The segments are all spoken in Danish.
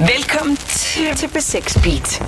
Velkommen til B6 Beat.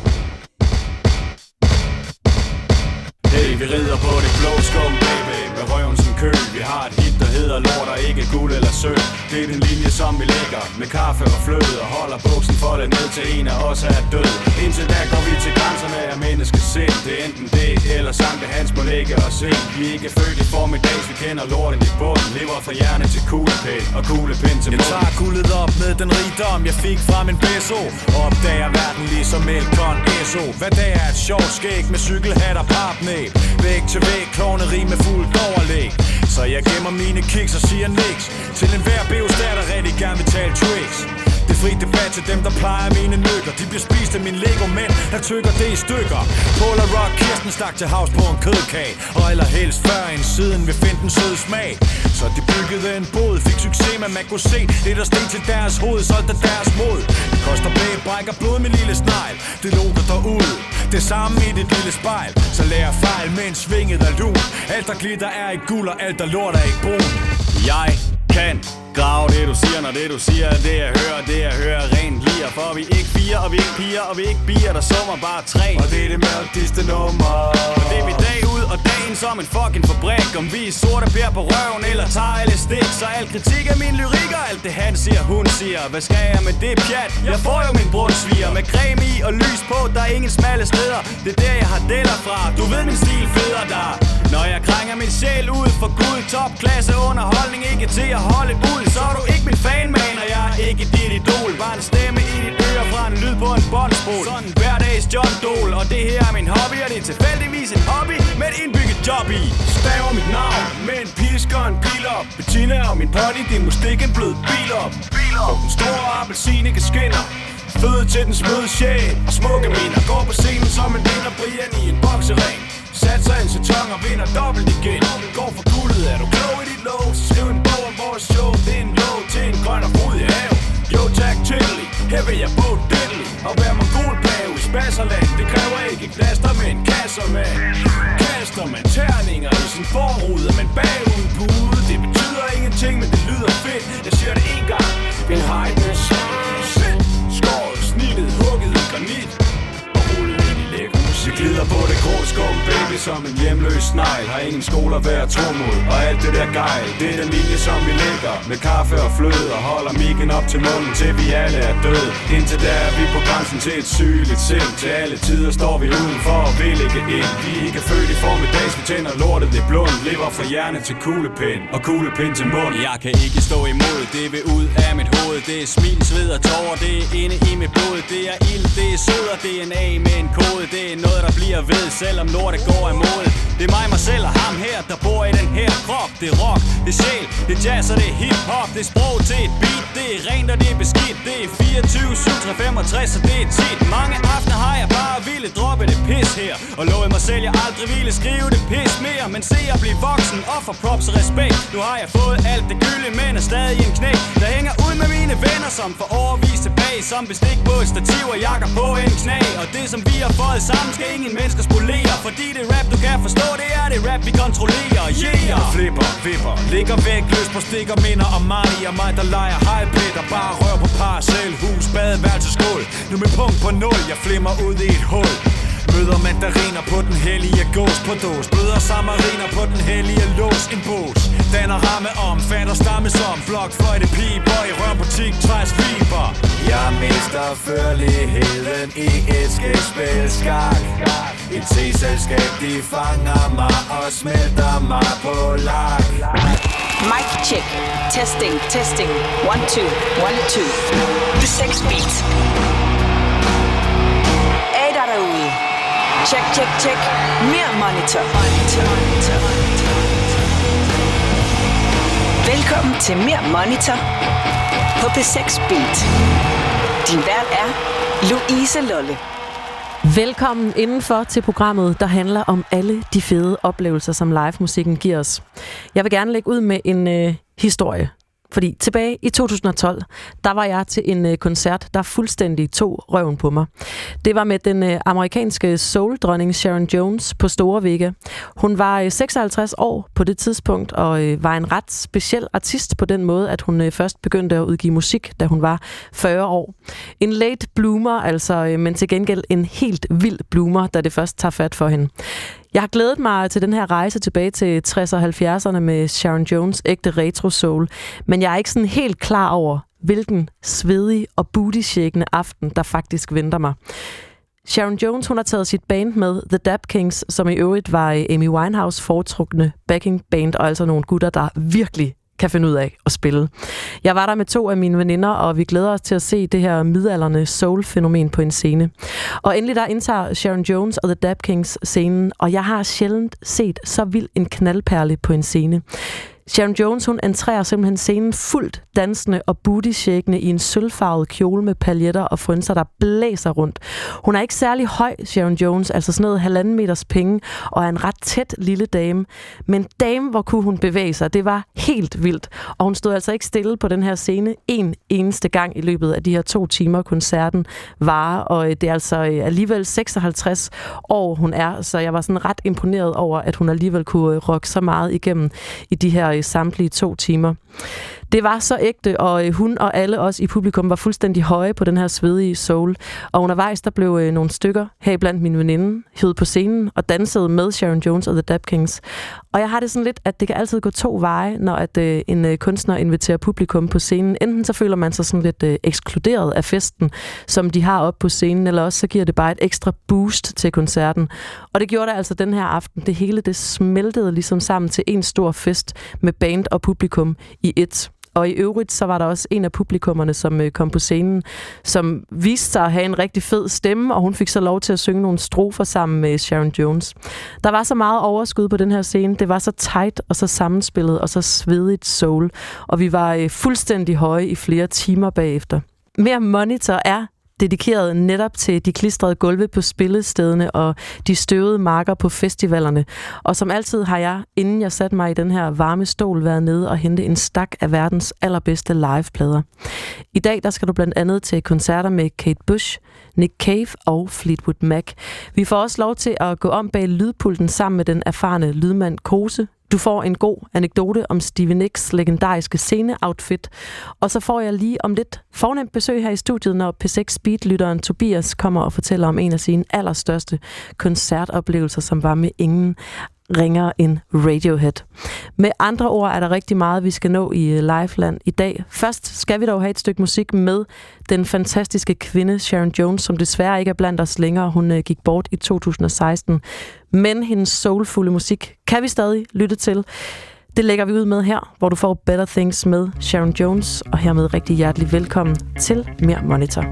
Hey, vi rider på det blå skum, baby, med røven som køl. Vi har et hit, der hedder lort og ikke guld eller sølv. Det er den linje, som vi lægger med kaffe og fløde, og holder buksen foldet ned til en af os er død. Indtil da går vi til grænserne af menneskets sind. Det er enten det, eller Sankt Hans må lægge os ind. Vi er ikke født i formiddags, vi kender lorten i bunden. Lever fra hjerne til kuglepind og kuglepind til mund. Jeg tager guldet op med den rigdom, jeg fik fra min peso, og opdager verden ligesom Elkon Esso. Hvad dag er et sjovt skæg med cykelhat og papnæb. Væg til væg, klovneri med fuldt overlæg. Så jeg gemmer mine kiks og siger niks til enhver beostat, der rigtig gerne vil tale tricks. Det er fri debat til dem, der plejer mine nykker. De bliver spist af mine Lego-mænd, der tykker det i stykker. Polar Rock, Kirsten stak til havs på en kødkage, og allerhelst før end siden vil finde den søde smag. Så de byggede en båd, fik succes, men man kunne se det der sten til deres hoved, solgte deres mod. Det koster bag, brækker blod med lille snegl. Det lukker derud, det samme i dit lille spejl. Så lærer fejl, mens svinget er lun. Alt der glitter er i guld, og alt der lort er i brun. Jeg kan grave det du siger, når det du siger er det jeg hører rent lir. For vi er ikke fire, og vi er ikke piger, og vi er ikke bier, der summer bare tre. Og det er det mørkeste nummer. Og det er vi dag ud og dagen som en fucking fabrik. Om vi er sorte bær på røven eller tager alle stik. Så al kritik af mine lyrikker, alt det han siger, hun siger. Hvad skal jeg med det pjat? Jeg får jo min brunsviger med creme i og lys på, der er ingen smalle steder. Det er der jeg har deler fra, du ved min stil feder der. Når jeg krænger min sjæl ud for Gud, topklasse underholdning, ikke til at holde ud. Så er du ikke min fanman, og jeg er ikke dit idol. Bare en stemme i dit øre fra en lyd på en båndspol. Sådan en hverdags John Dole, og det her er min hobby. Og det er tilfældigvis en hobby med et indbygget job i. Staver mit navn med en pisk og en pil op. Bettina og min pony, din mustik en blød bil op. Og den store appelsin ikke skinner. Føde til den smøde sjæl og smukke miner. Går på scenen som en vinder, Brian i en boksering. Satser en sæton og vinder dobbelt igen. Går for guldet, er du klog i dit lov? Så skriv en bog om vores show. Det er en lov til en grøn og frodig have. Jo tak, Tiddly, her vil jeg bo diddly. Og være mongolpave i Spasserland. Det kræver ikke knaster, men kasser med. Kaster man terninger i sin forrude, men bagud på ude. Det betyder ingenting, men det lyder fedt. Jeg siger det en gang. Vil hejde med skåret, snittet, hugget i granit. Vi glider på det grå skum, baby, som en hjemløs snegl. Har ingen skoler værd tro mod, og alt det der gejl. Det er den linje, som vi lægger med kaffe og fløde, og holder mikken op til munden, til vi alle er døde. Indtil da er vi på grænsen til et sygeligt sind. Til alle tider står vi udenfor og vil ikke ind. Vi er ikke født i formiddags, vi tænder lortet, det blund. Lever fra hjerne til kuglepind, og kuglepind til mund. Jeg kan ikke stå imod, det vil ud af mit hoved. Det er smil, sved og tårer, det er inde i mit blod. Det er ild, det er sod og DNA med en kode. Det er noget, der bliver ved, selvom lortet går imod. Det er mig selv og ham her, der bor i den her krop. Det er rock, det er sjæl, det er jazz og det er hip-hop. Det er sprog til et beat, det er rent og det er beskidt. Det er 24/7/365 og det er tit. Mange aftener har jeg bare ville droppe det pis her, og lovet mig selv, jeg aldrig ville skrive det pis mere. Men se at blive voksen og for props og respekt. Nu har jeg fået alt det gylde, men er stadig en knæk, der hænger ud med mine venner, som for overvis tilbage. Som bestik på et stativ og jakker på en knæ. Og det som vi har fået sammen skal ingen mennesker spolere. Fordi det rap du kan forstå, det er det rap vi kontrollerer. Yeah! Flipper, vipper, ligger væk, løs på stikker, minder om Marty og mig, der leger high-pit og bare rør på parcelhus, badeværelseskål. Nu med punkt på 0, jeg flimmer ud i et hul. Møder mandariner på den hellige gås på dås. Bløder samariner på den hellige lås. En bås danner ramme om, fatter stamme som blokfløjte, piber i rørbutik, træs fiber. Jeg mister førligheden i et skægspil skak. Et C-selskab, de fanger mig og smelter mig på lak. Mic check. Testing, testing. 1, 2, 1, 2. B6 Beat. Der derude. Check, check, check. Mere monitor. Velkommen til Mere Monitor på B6 Beat. Din vært er Louise Lolle. Velkommen indenfor til programmet, der handler om alle de fede oplevelser, som live-musikken giver os. Jeg vil gerne lægge ud med en historie. Fordi tilbage i 2012, der var jeg til en koncert, der fuldstændig tog røven på mig. Det var med den amerikanske soul-dronning Sharon Jones på Store Vega. Hun var 56 år på det tidspunkt, og var en ret speciel artist på den måde, at hun først begyndte at udgive musik, da hun var 40 år. En late bloomer, altså, men til gengæld en helt vild bloomer, da det først tager fat for hende. Jeg har glædet mig til den her rejse tilbage til 60'erne og 70'erne med Sharon Jones' ægte retro-soul, men jeg er ikke sådan helt klar over, hvilken svedig og booty-shakende aften, der faktisk venter mig. Sharon Jones, hun har taget sit band med, The Dap Kings, som i øvrigt var Amy Winehouse foretrukne backing band, og altså nogle gutter, der virkelig kan finde ud af at spille. Jeg var der med 2 af mine veninder, og vi glæder os til at se det her midaldrende soul-fænomen på en scene. Og endelig der indtager Sharon Jones og The Dap Kings scenen, og jeg har sjældent set så vild en knaldperle på en scene. Sharon Jones, hun entrerer simpelthen scenen fuldt dansende og booty-shakende i en sølvfarvet kjole med paljetter og frynser, der blæser rundt. Hun er ikke særlig høj, Sharon Jones, altså sådan noget 1,5 meters penge, og er en ret tæt lille dame. Men dame, hvor kunne hun bevæge sig, det var helt vildt. Og hun stod altså ikke stille på den her scene en eneste gang i løbet af de her 2 timer, koncerten varer. Og det er altså alligevel 56 år, hun er, så jeg var sådan ret imponeret over, at hun alligevel kunne rocke så meget igennem i de her samtlige 2 timer. Det var så ægte, og hun og alle os i publikum var fuldstændig høje på den her svedige soul. Og undervejs, der blev nogle stykker heriblandt min veninde hivet på scenen og dansede med Sharon Jones og The Dap Kings. Og jeg har det sådan lidt, at det kan altid gå 2 veje, når en kunstner inviterer publikum på scenen. Enten så føler man sig sådan lidt ekskluderet af festen, som de har oppe på scenen, eller også så giver det bare et ekstra boost til koncerten. Og det gjorde det altså den her aften. Det hele, det smeltede ligesom sammen til en stor fest med band og publikum i et. Og i øvrigt, så var der også en af publikummerne, som kom på scenen, som viste sig at have en rigtig fed stemme, og hun fik så lov til at synge nogle strofer sammen med Sharon Jones. Der var så meget overskud på den her scene. Det var så tight og så sammenspillet og så svedigt soul, og vi var fuldstændig høje i flere timer bagefter. Mere Monitor er dedikeret netop til de klistrede gulve på spillestederne og de støvede marker på festivalerne. Og som altid har jeg, inden jeg satte mig i den her varme stol, været nede og hente en stak af verdens allerbedste liveplader. I dag der skal du blandt andet til koncerter med Kate Bush, Nick Cave og Fleetwood Mac. Vi får også lov til at gå om bag lydpulten sammen med den erfarne lydmand Kruse. Du får en god anekdote om Stevie Nicks legendariske sceneoutfit, og så får jeg lige om lidt fornemt besøg her i studiet, når P6 Speed-lytteren Tobias kommer og fortæller om en af sine allerstørste koncertoplevelser, som var med ingen ringere end Radiohead. Med andre ord er der rigtig meget, vi skal nå i Liveland i dag. Først skal vi dog have et stykke musik med den fantastiske kvinde Sharon Jones, som desværre ikke er blandt os længere. Hun gik bort i 2016. Men hendes soulfulde musik kan vi stadig lytte til. Det lægger vi ud med her, hvor du får Better Things med Sharon Jones. Og hermed rigtig hjertelig velkommen til Mere Monitor.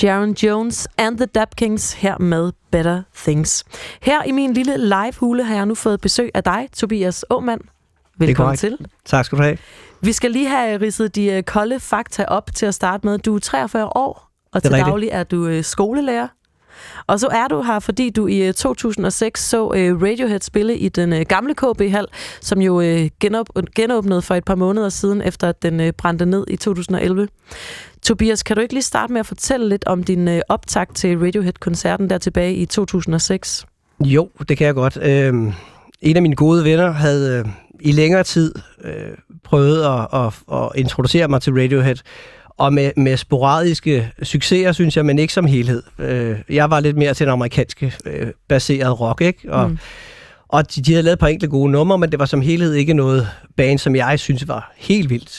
Sharon Jones and the Dap Kings her med Better Things. Her i min lille live-hule har jeg nu fået besøg af dig, Tobias Aamand. Velkommen til. Tak skal du have. Vi skal lige have ridset de kolde fakta op til at starte med. Du er 43 år, og til daglig er du skolelærer. Og så er du her, fordi du i 2006 så Radiohead spille i den gamle KB-hal, som jo genåbnede for et par måneder siden, efter at den brændte ned i 2011. Tobias, kan du ikke lige starte med at fortælle lidt om din optakt til Radiohead-koncerten der tilbage i 2006? Jo, det kan jeg godt. En af mine gode venner havde i længere tid prøvet at introducere mig til Radiohead, og med sporadiske succeser, synes jeg, men ikke som helhed. Jeg var lidt mere til den amerikanske baseret rock, ikke? Og de havde lavet et par enkelte gode numre, men det var som helhed ikke noget band, som jeg synes var helt vildt.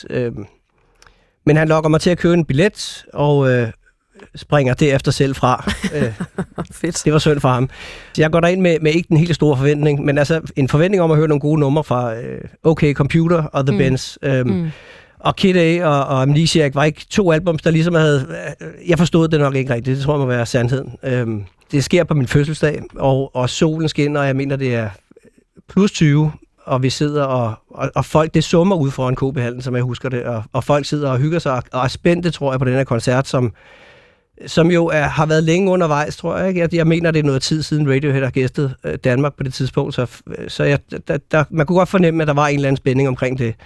Men han lokker mig til at købe en billet, og springer derefter selv fra. Fedt. Det var synd for ham. Så jeg går derind med ikke den helt store forventning, men altså en forventning om at høre nogle gode numre fra OK Computer og The Bends. Og Kid A og Amnesiac var ikke to albums, der ligesom havde... Jeg forstod det nok ikke rigtigt, det tror jeg må være sandheden. Det sker på min fødselsdag, og solen skinner, og jeg mener, det er plus 20, og vi sidder og folk, det summer ud foran KB-hallen, som jeg husker det, og folk sidder og hygger sig, og er spændte, tror jeg, på den her koncert, som jo har været længe undervejs, tror jeg. Ikke? Jeg mener, det er noget tid siden Radiohead har gæstet Danmark på det tidspunkt, så man kunne godt fornemme, at der var en eller anden spænding omkring det.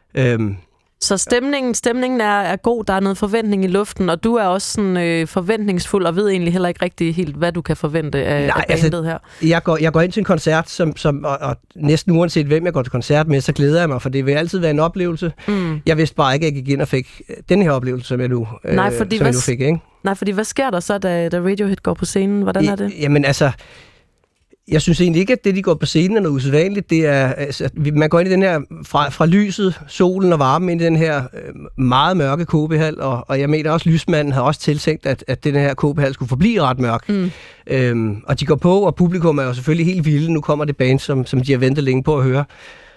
Så stemningen er god, der er noget forventning i luften, og du er også sådan forventningsfuld, og ved egentlig heller ikke rigtig helt, hvad du kan forvente af bandet her. Jeg går ind til en koncert, og næsten uanset hvem jeg går til koncert med, så glæder jeg mig, for det vil altid være en oplevelse. Jeg vidste bare ikke, at jeg gik ind og fik den her oplevelse, som jeg nu fik. Ikke? Nej, fordi hvad sker der så, da Radiohead går på scenen? Hvordan er det? Jamen altså... Jeg synes egentlig ikke, at det, de går på scenen, er noget usædvanligt. Det er, altså, man går ind i den her, fra lyset, solen og varmen, ind i den her meget mørke KB-hal, og jeg mener også, lysmanden havde også tiltænkt, at den her KB-hal skulle forblive ret mørk. Og de går på, og publikum er jo selvfølgelig helt vilde. Nu kommer det band, som de har ventet længe på at høre.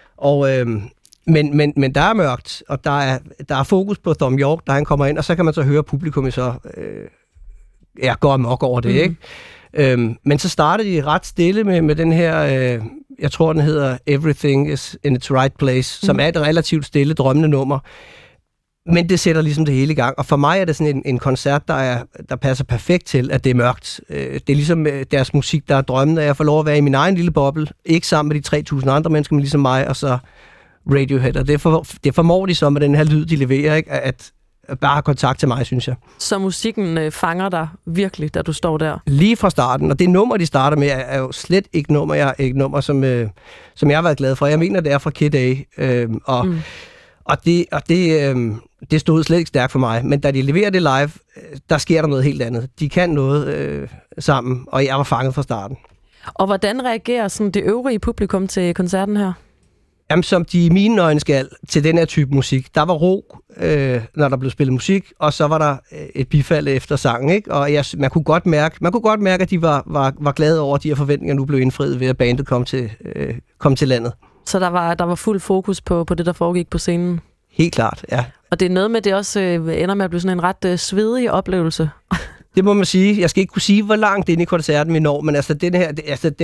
Men der er mørkt, og der er fokus på Thom Yorke, da han kommer ind, og så kan man så høre publikum så går amok over det, ikke? Men så startede de ret stille med den her, jeg tror den hedder Everything is in its right place, som er et relativt stille, drømmende nummer. Men det sætter ligesom det hele i gang. Og for mig er det sådan en koncert, der passer perfekt til, at det er mørkt. Det er ligesom deres musik, der er drømmende, at jeg får lov at være i min egen lille boble. Ikke sammen med de 3.000 andre mennesker, men ligesom mig, og så Radiohead. Og det formår de så med den her lyd, de leverer, ikke? At bare have kontakt til mig, synes jeg. Så musikken fanger dig virkelig, da du står der? Lige fra starten, og det nummer, de starter med, er jo slet ikke nummer, som jeg har været glad for. Jeg mener, det er fra Kid A, det stod slet ikke stærkt for mig. Men da de leverer det live, der sker der noget helt andet. De kan noget sammen, og jeg var fanget fra starten. Og hvordan reagerer sådan det øvrige publikum til koncerten her? Jamen, som de i mine øjne skal til den her type musik. Der var ro, når der blev spillet musik, og så var der et bifald efter sangen, ikke? Og man kunne godt mærke, at de var glade over, at de her forventninger nu blev indfriet ved, at bandet kom til landet. Så der var fuld fokus på det, der foregik på scenen? Helt klart, ja. Og det er noget med, det også ender med at blive sådan en ret svedig oplevelse. Det må man sige. Jeg skal ikke kunne sige, hvor langt inde i koncerten vi når, men altså den her,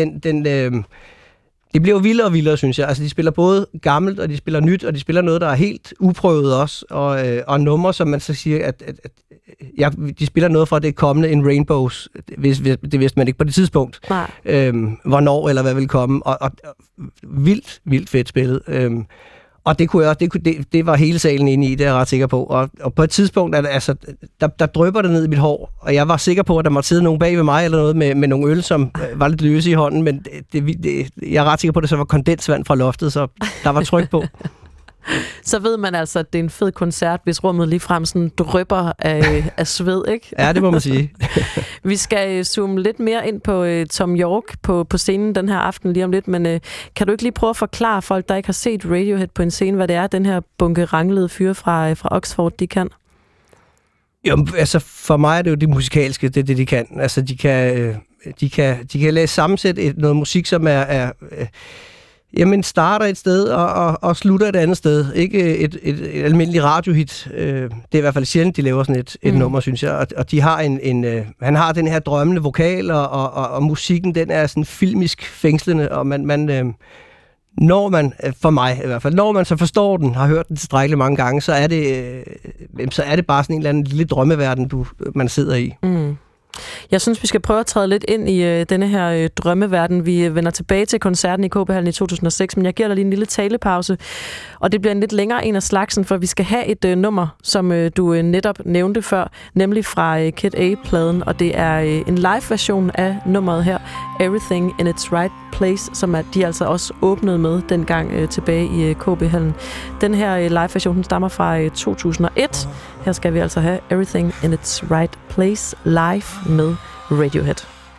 det bliver jo vildere og vildere, synes jeg. Altså, de spiller både gammelt, og de spiller nyt, og de spiller noget, der er helt uprøvet også, og numre, som man så siger, at de spiller noget fra det kommende in Rainbows. Det vidste man ikke på det tidspunkt. Hvornår eller hvad vil komme. Og vildt fedt spillet. Og det var hele salen inde i, det er jeg ret sikker på. Og på et tidspunkt, der drypper det ned i mit hår, og jeg var sikker på, at der måtte sidde nogen bag ved mig, eller noget med nogle øl, som var lidt løse i hånden, men jeg er ret sikker på, at det så var kondensvand fra loftet, så der var tryk på. Så ved man altså, at det er en fed koncert, hvis rummet ligefrem sådan drypper af sved, ikke? Ja, det må man sige. Vi skal zoome lidt mere ind på Thom Yorke på scenen den her aften lige om lidt, men kan du ikke lige prøve at forklare folk, der ikke har set Radiohead på en scene, hvad det er, den her bunke ranglede fyre fra Oxford, de kan? Jo, altså for mig er det jo det musikalske, det er det, de kan. Altså de kan lade sammensætte noget musik, som er Jamen, starter et sted og slutter et andet sted. Ikke et almindeligt radiohit. Det er i hvert fald sjældent, de laver sådan et nummer, synes jeg. Og de har han har den her drømmende vokal, og musikken, den er sådan filmisk fængslende, og når man, for mig i hvert fald, når man så forstår den, har hørt den tilstrækkeligt mange gange, så er det bare sådan en eller anden lille drømmeverden, man sidder i. Mm. Jeg synes, vi skal prøve at træde lidt ind i denne her drømmeverden. Vi vender tilbage til koncerten i KB-hallen i 2006, men jeg giver dig lige en lille talepause. Og det bliver en lidt længere en af slagsen, for vi skal have et nummer, som du netop nævnte før, nemlig fra Kid A-pladen, og det er en live-version af nummeret her, Everything in its Right Place, som de altså også åbnede med dengang tilbage i KB-hallen. Den her live-version stammer fra 2001. Her skal vi altså have Everything in its Right Place live med Radiohead.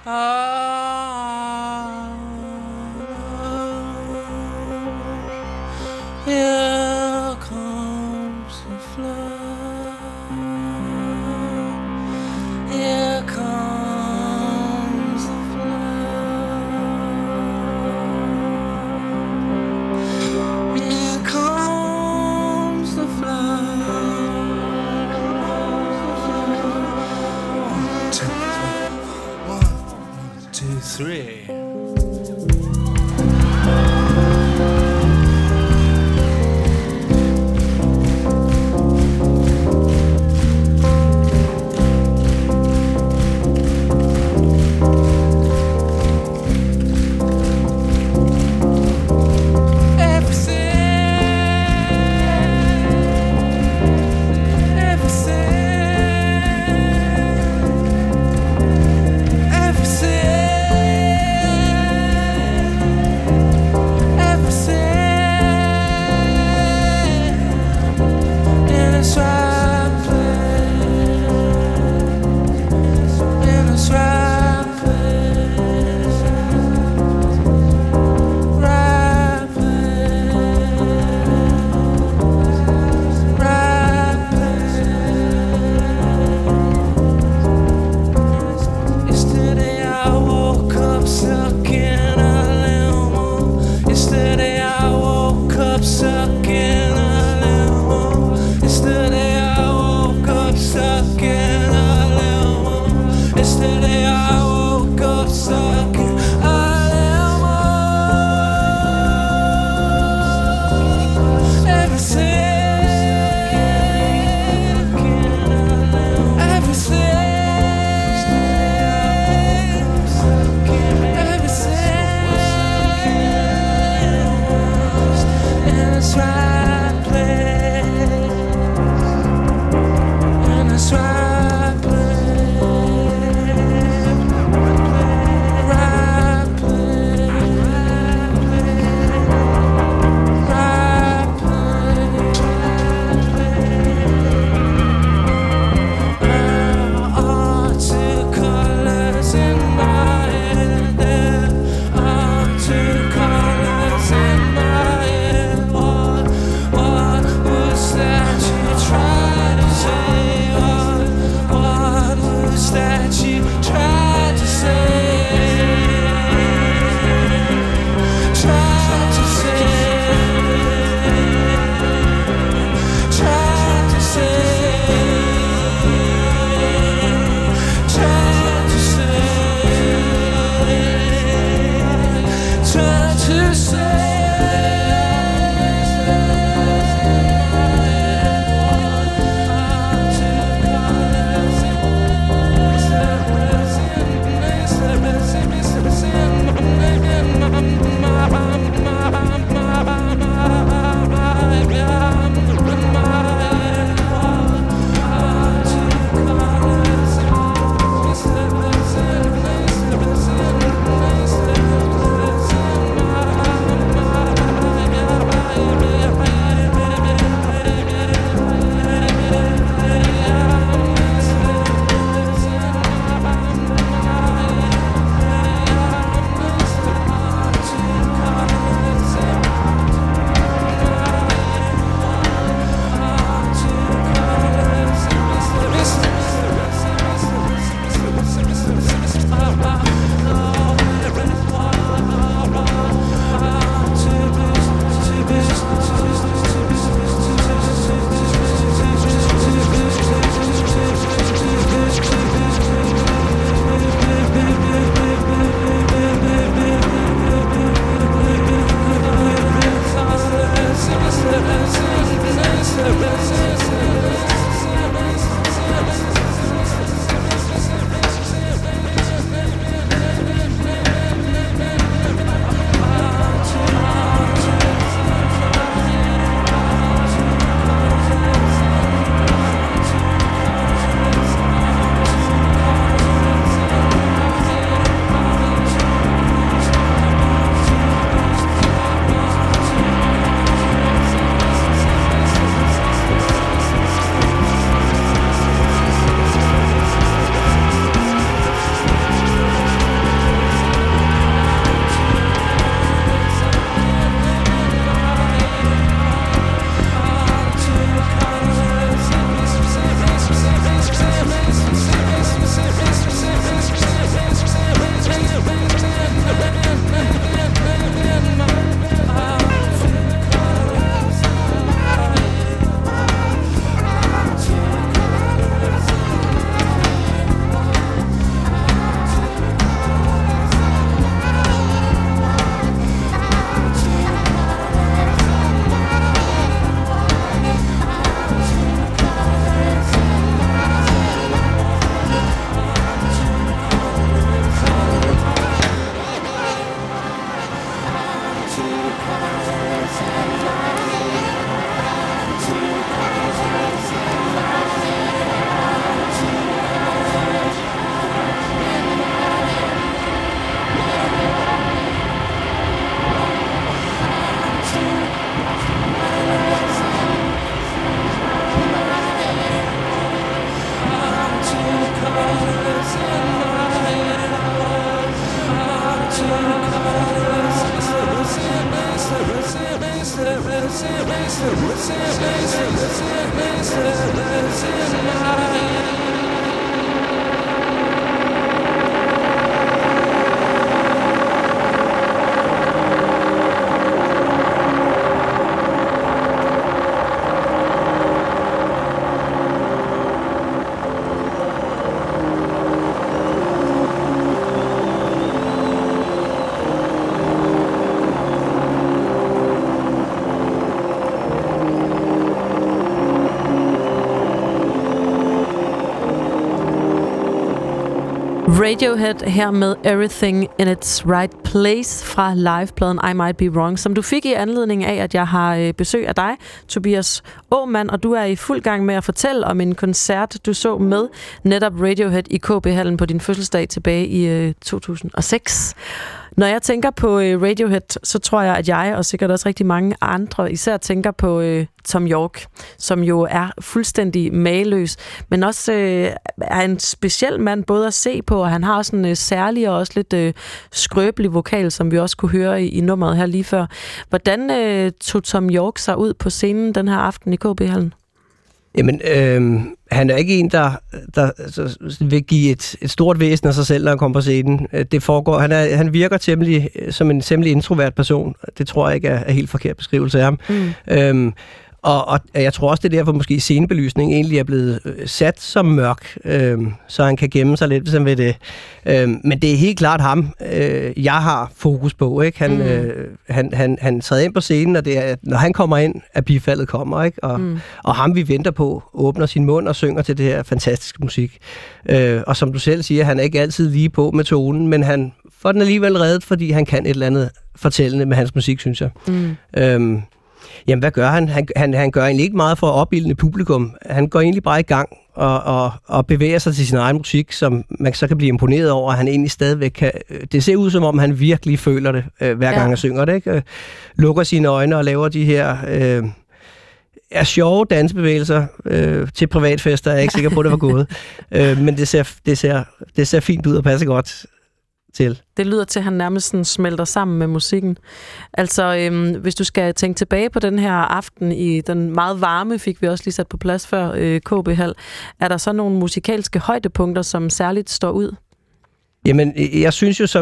Here comes the flood. Here comes the flood. Here comes the flood. 1, 2, 3. Radiohead her med Everything in its Right Place fra livepladen I Might Be Wrong, som du fik i anledning af, at jeg har besøg af dig, Tobias Aamand, og du er i fuld gang med at fortælle om en koncert, du så med netop Radiohead i KB-hallen på din fødselsdag tilbage i 2006. Når jeg tænker på Radiohead, så tror jeg, at jeg og sikkert også rigtig mange andre især tænker på Thom Yorke, som jo er fuldstændig mageløs, men også er en speciel mand både at se på, og han har også en særlig og også lidt skrøbelig vokal, som vi også kunne høre i nummeret her lige før. Hvordan tog Thom Yorke sig ud på scenen den her aften i KB-hallen? Jamen, han er ikke en, der vil give et stort væsen af sig selv, når han kommer på scenen. Det foregår. Han virker som en temmelig introvert person. Det tror jeg ikke er helt forkert beskrivelse af ham. Og jeg tror også, det er derfor måske scenebelysning egentlig er blevet sat som mørk, så han kan gemme sig lidt, hvis han vil det. Men det er helt klart ham, jeg har fokus på. Ikke? Han træder ind på scenen, og det er, når han kommer ind, at bifaldet kommer. Ikke? Og ham, vi venter på, åbner sin mund og synger til det her fantastiske musik. Og som du selv siger, han er ikke altid lige på med tonen, men han får den alligevel reddet, fordi han kan et eller andet fortællende med hans musik, synes jeg. Jamen, hvad gør han? Han gør egentlig ikke meget for at opildne publikum. Han går egentlig bare i gang og bevæger sig til sin egen musik, som man så kan blive imponeret over, at han egentlig stadigvæk kan. Det ser ud som om, han virkelig føler det, hver gang han synger det. Ikke? Lukker sine øjne og laver de her sjove dansebevægelser til privatfester. Jeg er ikke sikker på, at det var gået. Men det ser fint ud og passer godt til. Det lyder til, at han nærmest sådan smelter sammen med musikken. Altså, hvis du skal tænke tilbage på den her aften i den meget varme, fik vi også lige sat på plads før KB-hal, er der så nogle musikalske højdepunkter, som særligt står ud? Jamen, jeg synes jo,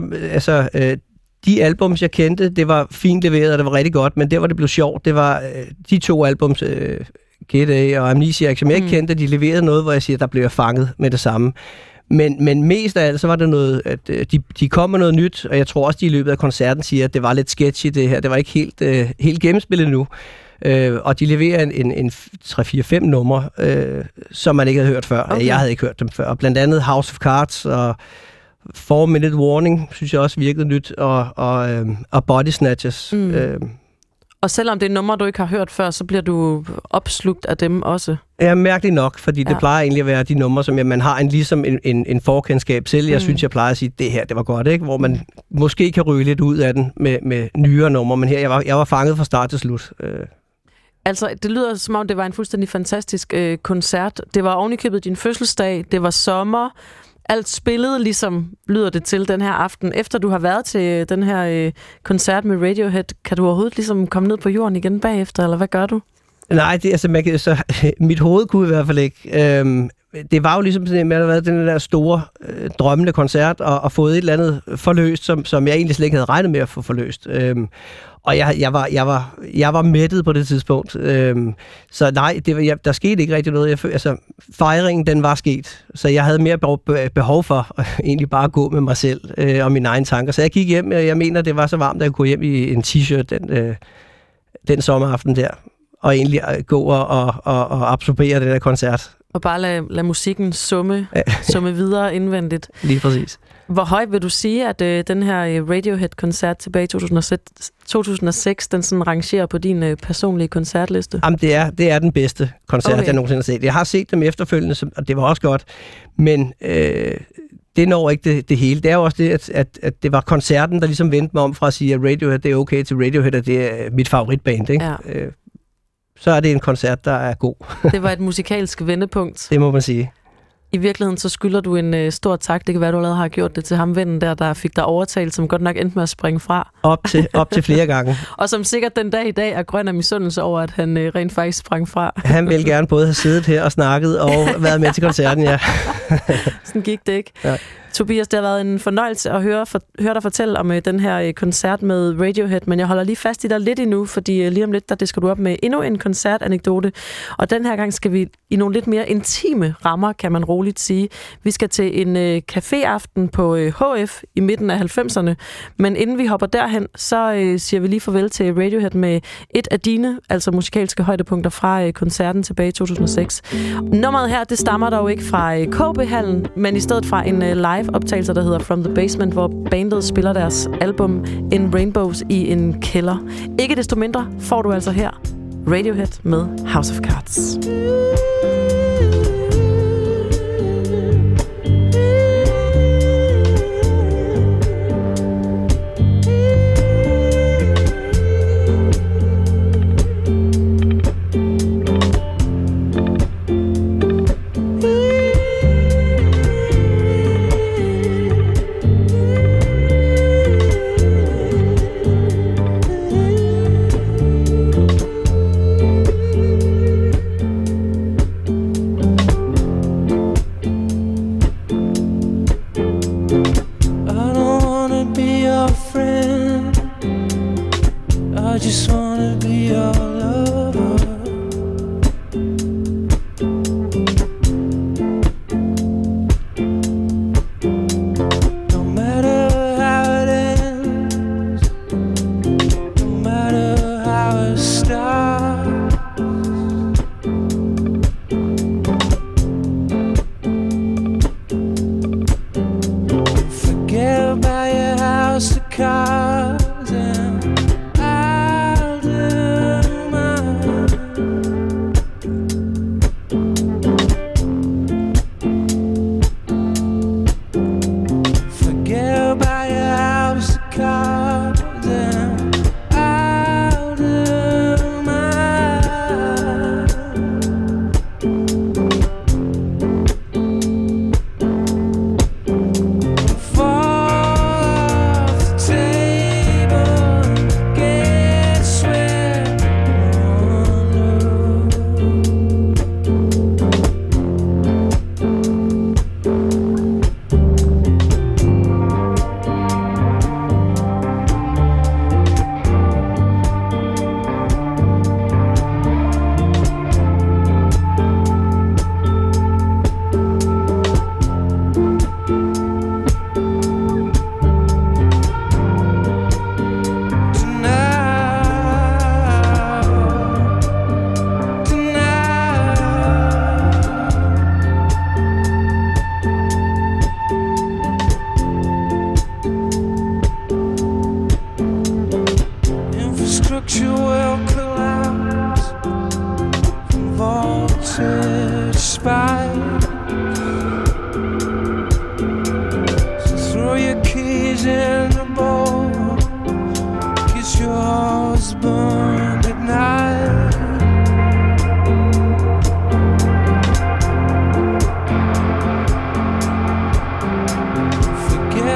de albums, jeg kendte, det var fint leveret, og det var rigtig godt, men der, hvor det blev sjovt, det var de to albums, Kid og Amnesiac, som jeg ikke kendte, de leverede noget, hvor jeg siger, der blev jeg fanget med det samme. Men mest af alt, så var det noget, at de kom med noget nyt, og jeg tror også, de i løbet af koncerten siger, at det var lidt sketchy det her. Det var ikke helt gennemspillet nu. Og de leverer en 3-4-5 numre, som man ikke havde hørt før. Okay. Jeg havde ikke hørt dem før. Og blandt andet House of Cards og 4-Minute Warning, synes jeg også virkede nyt, og Body Snatchers. Og selvom det er numre, du ikke har hørt før, så bliver du opslugt af dem også? Ja, mærkeligt nok, fordi det plejer egentlig at være de numre, som man har ligesom en forkendskab til. Jeg synes, jeg plejer at sige, at det her, det var godt, ikke? Hvor man måske kan ryge lidt ud af den med nyere numre, men her, jeg var fanget fra start til slut. Altså, det lyder som om, det var en fuldstændig fantastisk koncert. Det var ovenikøbet din fødselsdag, det var sommer. Alt spillede, ligesom lyder det til den her aften. Efter du har været til den her koncert med Radiohead, kan du overhovedet ligesom komme ned på jorden igen bagefter, eller hvad gør du? Nej, mit hoved kunne i hvert fald ikke. Det var jo ligesom sådan, at der havde været den der store drømmende koncert, og fået et eller andet forløst, som jeg egentlig slet ikke havde regnet med at få forløst. Og jeg var mættet på det tidspunkt. Så nej, der skete ikke rigtig noget. Fejringen, den var sket. Så jeg havde mere behov for at egentlig bare gå med mig selv og mine egne tanker. Så jeg gik hjem, og jeg mener, det var så varmt, at jeg kunne hjem i en t-shirt den sommeraften der. Og egentlig gå og absorbere den der koncert. Og bare lade musikken summe videre indvendigt. Lige præcis. Hvor højt vil du sige, at den her Radiohead-koncert tilbage i 2006, den sådan rangerer på din personlige koncertliste? Jamen, det er den bedste koncert, jeg nogensinde har set. Jeg har set dem efterfølgende, og det var også godt, men det når ikke det hele. Det er jo også det, at det var koncerten, der ligesom vendte mig om fra at sige, at Radiohead det er okay, til Radiohead, og det er mit favoritband, ikke? Ja. Så er det en koncert, der er god. Det var et musikalsk vendepunkt. Det må man sige. I virkeligheden så skylder du en stor tak. Det kan være, du allerede har gjort det til ham, vennen der fik dig overtalt, som godt nok endte med at springe fra. Op til flere gange. Og som sikkert den dag i dag er grøn af misundelse over, at han rent faktisk sprang fra. Han ville gerne både have siddet her og snakket og været med til koncerten, ja. Sådan gik det ikke. Ja. Tobias, det har været en fornøjelse at høre dig fortælle om den her koncert med Radiohead, men jeg holder lige fast i dig lidt endnu, fordi lige om lidt, der skal du op med endnu en koncertanekdote. Og den her gang skal vi i nogle lidt mere intime rammer, kan man roligt sige. Vi skal til en caféaften på HF i midten af 90'erne, men inden vi hopper derhen, så siger vi lige farvel til Radiohead med et af dine, altså musikalske højdepunkter fra koncerten tilbage i 2006. Nummeret her, det stammer dog ikke fra KB-hallen, men i stedet fra en live-optagelse, der hedder From the Basement, hvor bandet spiller deres album In Rainbows i en kælder. Ikke desto mindre får du altså her Radiohead med House of Cards.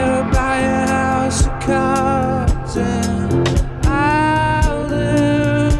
I'll do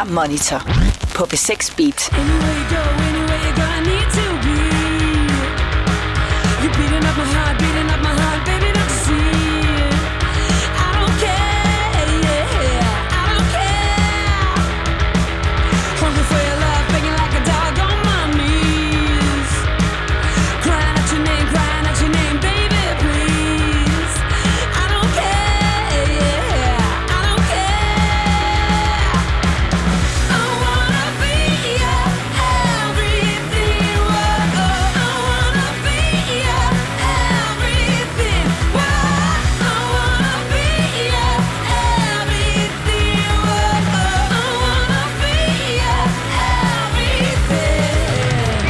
er Monitor på B6 Beat. Anywhere you go, I need to be. You're beating up my heart, baby, don't you see it? I don't care, yeah, I don't care. Hungry for your love, begging like a dog on my knees. Crying out your name, baby, please. I don't care, yeah, I don't care. I wanna be your everything, whoa. I wanna be your everything, whoa. I wanna be your everything, whoa. I wanna be your everything.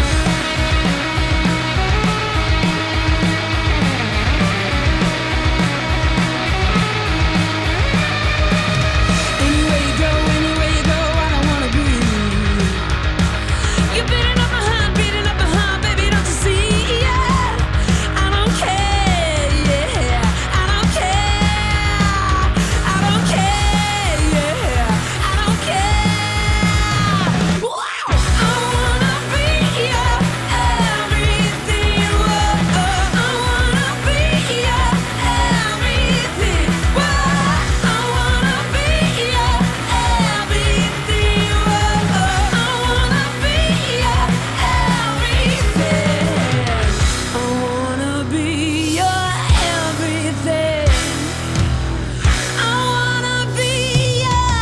Anywhere you go, I don't wanna be. You're beating up my heart, baby, don't you see? Yeah, I don't care, yeah, I don't care, I don't care, yeah, I don't care. Wow, I wanna be your everything, whoa. I wanna be your everything, whoa. I wanna be your everything, whoa. I wanna be your everything. I wanna be your everything. I wanna be your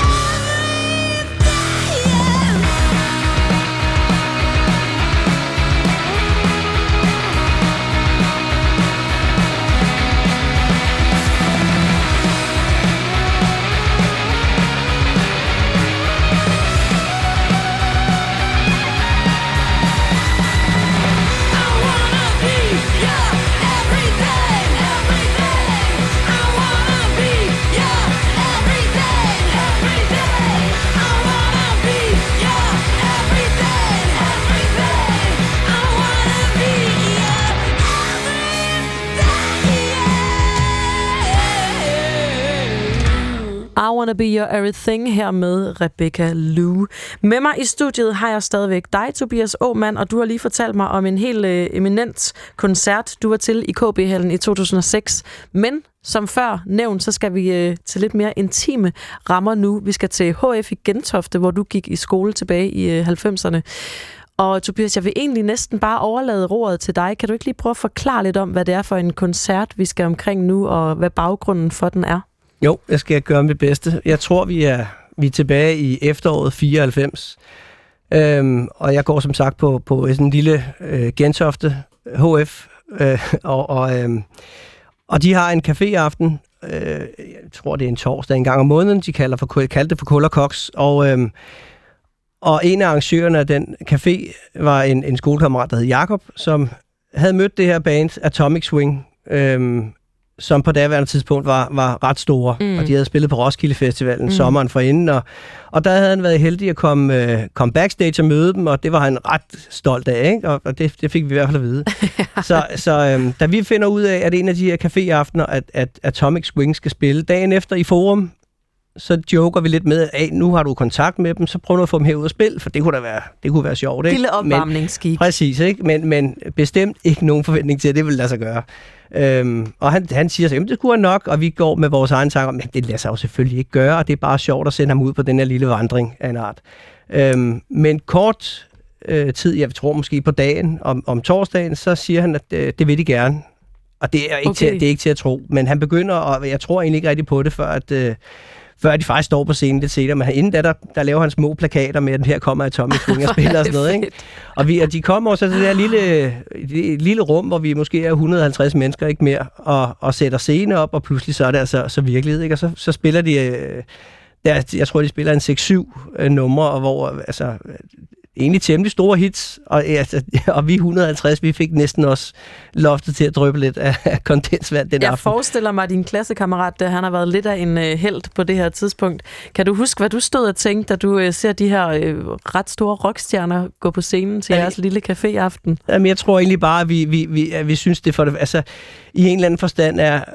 everything. I wanna be your everything, everything. I wanna be your everything, everything. I wanna be your everything, everything. I wanna be your everything. I Wanna Be Your Everything her med Rebecca Lou. Med mig i studiet har jeg stadigvæk dig, Tobias Aamand, og du har lige fortalt mig om en helt eminent koncert, du var til i KB-hallen i 2006. Men som før nævnt, så skal vi til lidt mere intime rammer nu. Vi skal til HF i Gentofte, hvor du gik i skole tilbage i 90'erne. Og Tobias, jeg vil egentlig næsten bare overlade roret til dig. Kan du ikke lige prøve at forklare lidt om, hvad det er for en koncert, vi skal omkring nu, og hvad baggrunden for den er? Jo, jeg skal gøre mit bedste. Jeg tror, vi er tilbage i efteråret 94. Og jeg går som sagt på sådan en lille Gentofte HF. Og de har en caféaften. Jeg tror, det er en torsdag en gang om måneden. De kaldte det for Kul og Koks. Og en af arrangørerne af den café var en skolekammerat, der hed Jakob, som havde mødt det her band Atomic Swing, som på daværende tidspunkt var ret store, og de havde spillet på Roskilde Festivalen sommeren forinden, og der havde han været heldig at komme backstage og møde dem, og det var han ret stolt af, ikke? Og det fik vi i hvert fald at vide. Så da vi finder ud af, at en af de her caféaftener, at Atomic Swing skal spille, dagen efter i Forum, så joker vi lidt med, at nu har du kontakt med dem, så prøv nu at få dem herud og spille, for det kunne være sjovt, ikke? Lille opvarmningsskik. Præcis, ikke? Men bestemt ikke nogen forventning til, at det vil lade sig gøre. Og han siger så, det skulle han nok, og vi går med vores egen tanker, men det lader sig jo selvfølgelig ikke gøre, og det er bare sjovt at sende ham ud på den her lille vandring af en art. Men kort tid, jeg tror måske på dagen, om torsdagen, så siger han, at det vil de gerne. Og det er ikke til at tro, men han begynder, og jeg tror egentlig ikke rigtig på det, før de faktisk står på scenen lidt senere, men inden der laver han små plakater med, at her kommer Atomic Swing og spiller og sådan noget, ikke? Og de kommer også til det der lille rum, hvor vi måske er 150 mennesker, ikke mere, og sætter scene op, og pludselig så er det altså så virkelighed, ikke? Og så spiller de, jeg tror, de spiller en 6-7 numre, og hvor, altså, egentlig temmelig store hits, og vi 150, vi fik næsten også loftet til at dryppe lidt af kondensvand den aften. Jeg forestiller mig, at din klassekammerat, han har været lidt af en helt på det her tidspunkt. Kan du huske, hvad du stod og tænkte, da du ser de her ret store rockstjerner gå på scenen til jeres lille caféaften? Jamen, jeg tror egentlig bare, at vi synes det for det. Altså, i en eller anden forstand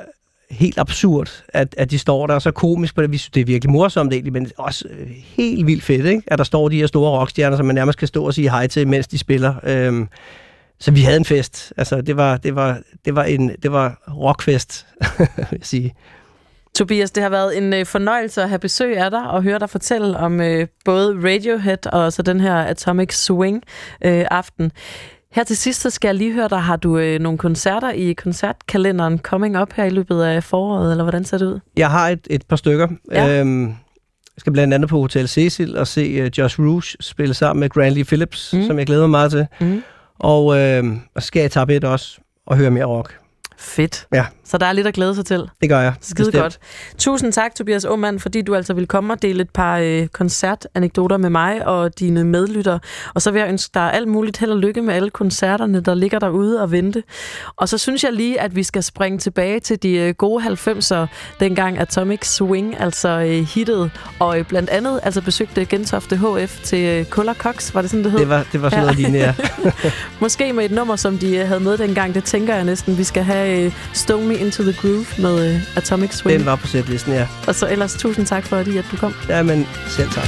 helt absurd, at de står der, og så komisk på det. Vi synes, det er virkelig morsomt egentlig, men også helt vildt fedt, ikke? At der står de her store rockstjerner, som man nærmest kan stå og sige hej til, mens de spiller. Så vi havde en fest. Altså, det var rockfest, vil jeg sige. Tobias, det har været en fornøjelse at have besøg af dig og høre dig fortælle om både Radiohead og så den her Atomic Swing aften. Her til sidst, så skal jeg lige høre dig. Har du nogle koncerter i koncertkalenderen coming up her i løbet af foråret, eller hvordan ser det ud? Jeg har et par stykker. Ja. Jeg skal blandt andet på Hotel Cecil og se Josh Rouge spille sammen med Granley Phillips, som jeg glæder mig meget til. Og så skal jeg etape 1 også og høre mere rock. Fedt. Ja. Så der er lidt at glæde sig til. Det gør jeg. Skide godt. Tusind tak, Tobias Aumann, fordi du altså vil komme og dele et par koncertanekdoter med mig og dine medlyttere. Og så vil jeg ønske dig alt muligt held og lykke med alle koncerterne, der ligger derude og vente. Og så synes jeg lige, at vi skal springe tilbage til de gode 90'er, dengang Atomic Swing altså hittede, og blandt andet altså besøgte Gentofte HF til Kuller Cox, var det sådan, det hed? Det var sådan noget lignende, ja. Måske med et nummer, som de havde med dengang, det tænker jeg næsten. Vi skal have Stone Me Into the Groove med Atomic Swing. Den var på sætlisten, ja. Og så ellers tusind tak for, at du kom. Jamen, selv tak.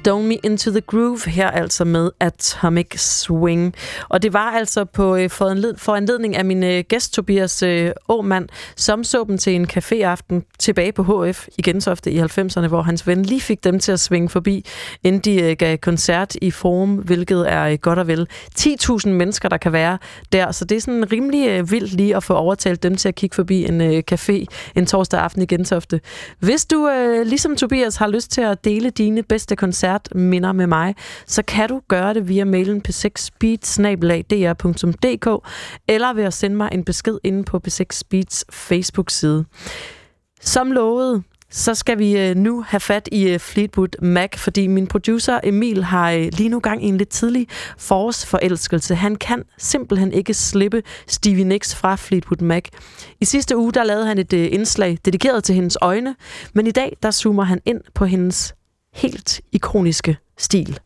Stone Me Into the Groove, her altså med Atomic Swing. Og det var altså på foranledning af min gæst Tobias Aamand, som så dem til en caféaften tilbage på HF i Gentofte i 90'erne, hvor hans ven lige fik dem til at svinge forbi, inden de gav koncert i Forum, hvilket er godt og vel 10.000 mennesker, der kan være der. Så det er sådan rimelig vildt lige at få overtalt dem til at kigge forbi en café en torsdag aften i Gentofte. Hvis du, ligesom Tobias, har lyst til at dele dine bedste koncertminder med mig, så kan du gøre det via mailen p6beat@dr.dk eller ved at sende mig en besked inde på P6 Beats Facebook-side. Som lovet, så skal vi nu have fat i Fleetwood Mac, fordi min producer Emil har lige nu gang i en lidt tidlig forårsforelskelse. Han kan simpelthen ikke slippe Stevie Nicks fra Fleetwood Mac. I sidste uge, der lavede han et indslag dedikeret til hendes øjne, men i dag, der zoomer han ind på hendes helt ikoniske stil.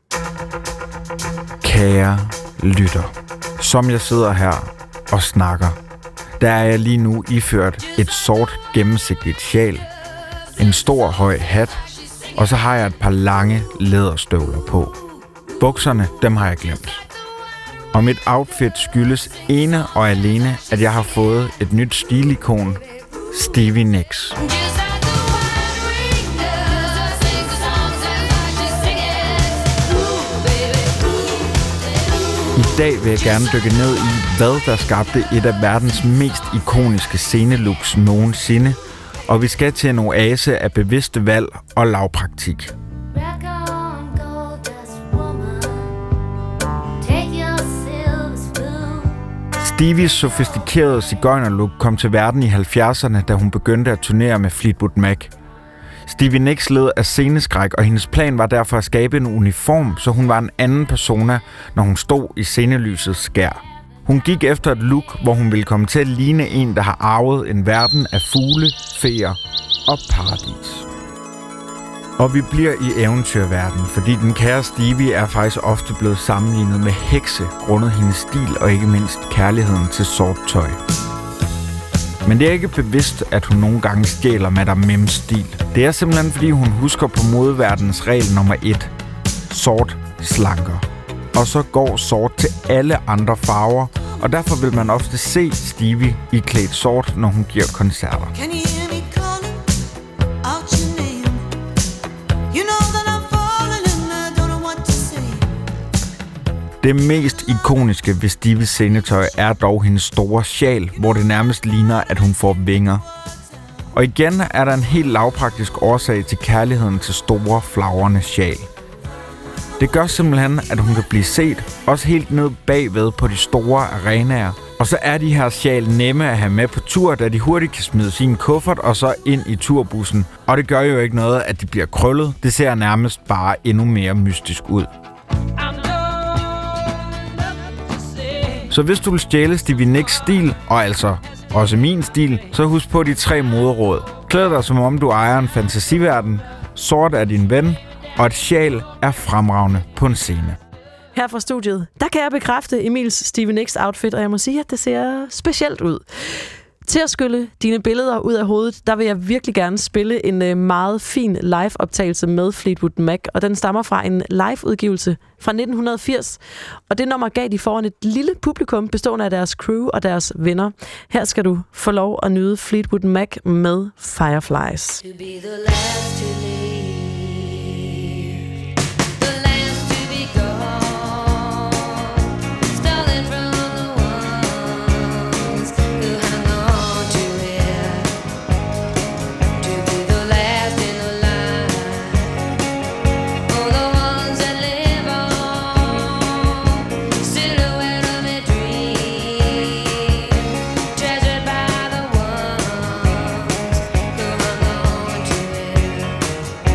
Kære lytter, som jeg sidder her og snakker, der er jeg lige nu iført et sort gennemsigtigt sjal, en stor høj hat, og så har jeg et par lange læderstøvler på. Bukserne, dem har jeg glemt. Og mit outfit skyldes ene og alene, at jeg har fået et nyt stilikon, Stevie Nicks. I dag vil jeg gerne dykke ned i, hvad der skabte et af verdens mest ikoniske scenelooks nogensinde, og vi skal til en oase af bevidste valg og lavpraktik. Stevies sofistikerede sigøjnerlook kom til verden i 70'erne, da hun begyndte at turnere med Fleetwood Mac. Stevie Nicks led af sceneskræk, og hendes plan var derfor at skabe en uniform, så hun var en anden persona, når hun stod i scenelysets skær. Hun gik efter et look, hvor hun ville komme til at ligne en, der har arvet en verden af fugle, feer og paradis. Og vi bliver i eventyrverdenen, fordi den kære Stevie er faktisk ofte blevet sammenlignet med hekse, grundet hendes stil og ikke mindst kærligheden til sort tøj. Men det er ikke bevidst, at hun nogle gange stjæler Madame Mims stil. Det er simpelthen, fordi hun husker på modeverdenens regel nummer 1. Sort slanker. Og så går sort til alle andre farver, og derfor vil man ofte se Stevie i klædt sort, når hun giver koncerter. Det mest ikoniske ved Stevies scenetøj er dog hendes store sjal, hvor det nærmest ligner, at hun får vinger. Og igen er der en helt lavpraktisk årsag til kærligheden til store, flagrende sjal. Det gør simpelthen, at hun kan blive set, også helt ned bagved på de store arenaer. Og så er de her sjal nemme at have med på tur, da de hurtigt kan smide sin kuffert og så ind i turbussen. Og det gør jo ikke noget, at de bliver krøllet. Det ser nærmest bare endnu mere mystisk ud. Så hvis du vil stjæle Stevie Nicks stil, og altså også min stil, så husk på de 3 moderråd. Klæd dig som om du ejer en fantasiverden, sort er din ven, og et sjal er fremragende på en scene. Her fra studiet, der kan jeg bekræfte Emils Stevie Nicks outfit, og jeg må sige, at det ser specielt ud. Til at skylle dine billeder ud af hovedet, der vil jeg virkelig gerne spille en meget fin live-optagelse med Fleetwood Mac, og den stammer fra en live-udgivelse fra 1980. Og det nummer gav de foran et lille publikum bestående af deres crew og deres venner. Her skal du få lov at nyde Fleetwood Mac med Fireflies. To be the last to leave, the last to be gone, stolen from the ones who hung on to it. To be the last in the line, all the ones that live on, silhouette of a dream, treasured by the ones who hung on to it.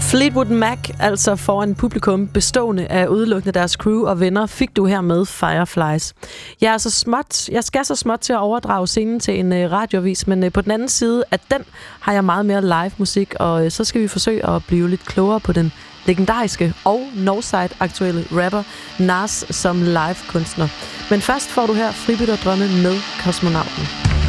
Fleetwood Mac, altså foran publikum bestående af udelukkende deres crew og venner, fik du her med Fireflies. Jeg skal så småt til at overdrage scenen til en radiovis, men på den anden side af den har jeg meget mere live musik, og så skal vi forsøge at blive lidt klogere på den legendariske og Northside-aktuelle rapper Nas som live-kunstner. Men først får du her Fribytterdrømme med Kosmonauten.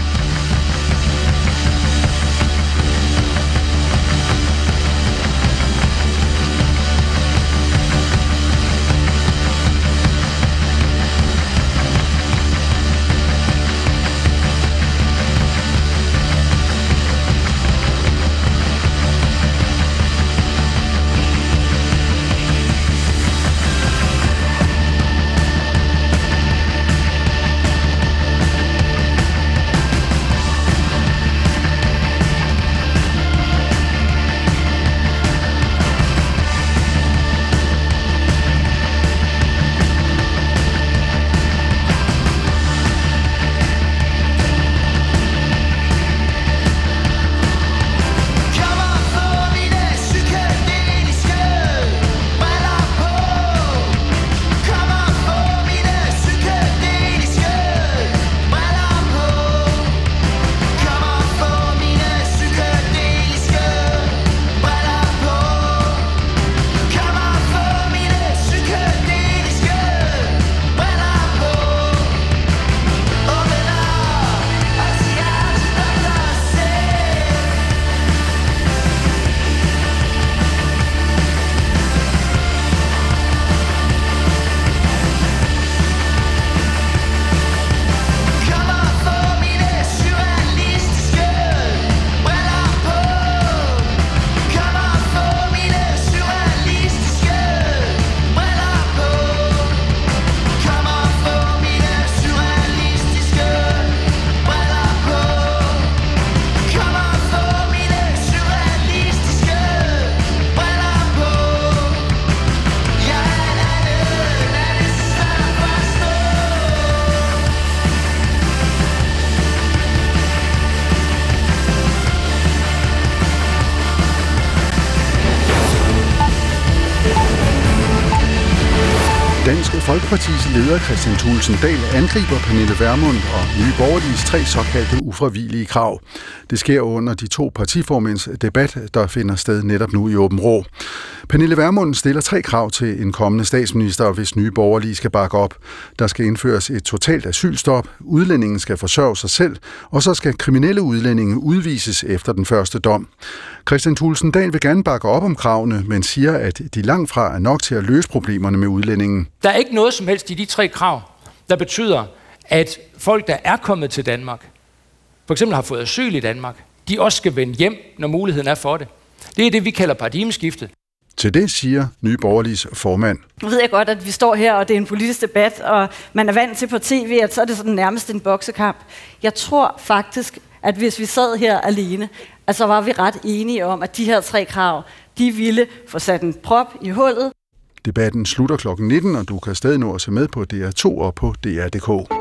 Dansk Folkepartis leder Kristian Thulesen Dahl angriber Pernille Vermund og Nye Borgerliges 3 såkaldte ufravigelige krav. Det sker under de 2 partiformænds debat, der finder sted netop nu i Åben Rå. Pernille Vermund stiller 3 krav til en kommende statsminister, hvis Nye Borgerlige skal bakke op. Der skal indføres et totalt asylstop, udlændingen skal forsørge sig selv, og så skal kriminelle udlændinge udvises efter den første dom. Kristian Thulesen Dahl vil gerne bakke op om kravene, men siger, at de langt fra er nok til at løse problemerne med udlændingen. Der er ikke noget som helst i de 3 krav, der betyder, at folk, der er kommet til Danmark, for eksempel har fået asyl i Danmark, de også skal vende hjem, når muligheden er for det. Det er det, vi kalder paradigmeskiftet. Til det siger Nye Borgerliges formand. Nu ved jeg godt, at vi står her, og det er en politisk debat, og man er vant til på tv, at så er det sådan nærmest en boksekamp. Jeg tror faktisk, at hvis vi sad her alene, så var vi ret enige om, at de her 3 krav, de ville få sat en prop i hullet. Debatten slutter kl. 19, og du kan stadig nå at se med på DR2 og på DR.dk.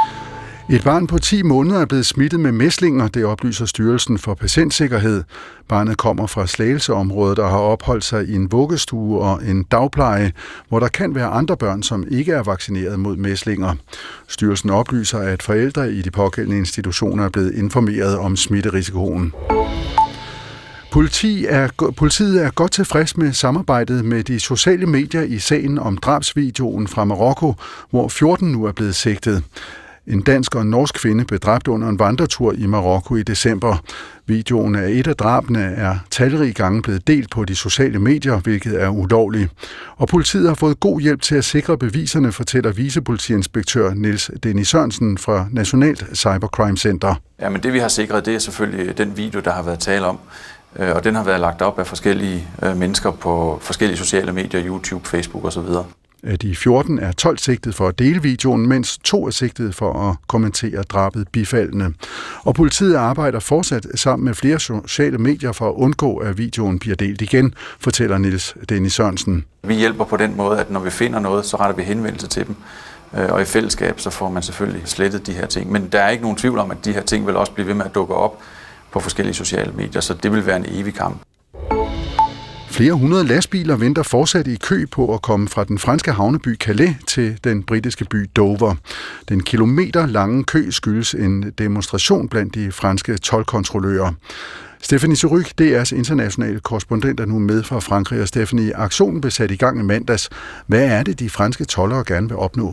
Et barn på 10 måneder er blevet smittet med mæslinger, det oplyser Styrelsen for Patientsikkerhed. Barnet kommer fra Slagelseområdet og har opholdt sig i en vuggestue og en dagpleje, hvor der kan være andre børn, som ikke er vaccineret mod mæslinger. Styrelsen oplyser, at forældre i de pågældende institutioner er blevet informeret om smitterisikoen. Politiet er godt tilfreds med samarbejdet med de sociale medier i sagen om drabsvideoen fra Marokko, hvor 14 nu er blevet sigtet. En dansk og en norsk kvinde blev dræbt under en vandretur i Marokko i december. Videoen af et af drabene er talrige gange blevet delt på de sociale medier, hvilket er ulovligt. Og politiet har fået god hjælp til at sikre beviserne, fortæller vicepolitiinspektør Niels Dennis Sørensen fra Nationalt Cybercrime Center. Ja, men det vi har sikret, det er selvfølgelig den video, der har været tale om. Og den har været lagt op af forskellige mennesker på forskellige sociale medier, YouTube, Facebook osv. Af de 14 er 12 sigtet for at dele videoen, mens 2 er sigtet for at kommentere drabet bifaldende. Og politiet arbejder fortsat sammen med flere sociale medier for at undgå, at videoen bliver delt igen, fortæller Niels Dennis Sørensen. Vi hjælper på den måde, at når vi finder noget, så retter vi henvendelse til dem. Og i fællesskab, så får man selvfølgelig slettet de her ting. Men der er ikke nogen tvivl om, at de her ting vil også blive ved med at dukke op på forskellige sociale medier, så det vil være en evig kamp. Flere hundrede lastbiler venter fortsat i kø på at komme fra den franske havneby Calais til den britiske by Dover. Den kilometerlange kø skyldes en demonstration blandt de franske toldkontrollører. Stephanie Suryk, DR's internationale korrespondent, er nu med fra Frankrig. Og Stephanie, aktionen blev sat i gang i mandags. Hvad er det, de franske toldere gerne vil opnå?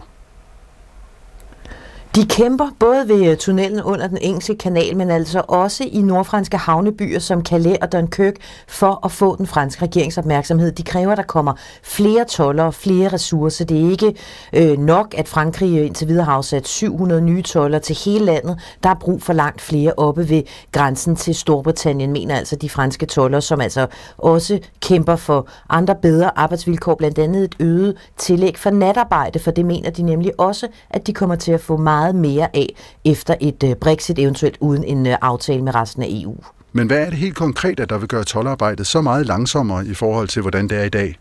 De kæmper både ved tunnelen under den engelske kanal, men altså også i nordfranske havnebyer som Calais og Dunkirk for at få den franske regerings opmærksomhed. De kræver, at der kommer flere toldere, flere ressourcer. Det er ikke nok, at Frankrig indtil videre har afsat 700 nye toldere til hele landet. Der er brug for langt flere oppe ved grænsen til Storbritannien, mener altså de franske toldere, som altså også kæmper for andre bedre arbejdsvilkår, blandt andet et øget tillæg for natarbejde, for det mener de nemlig også, at de kommer til at få meget mere af efter et Brexit, eventuelt uden en aftale med resten af EU. Men hvad er det helt konkret, at der vil gøre toldarbejdet så meget langsommere i forhold til, hvordan det er i dag?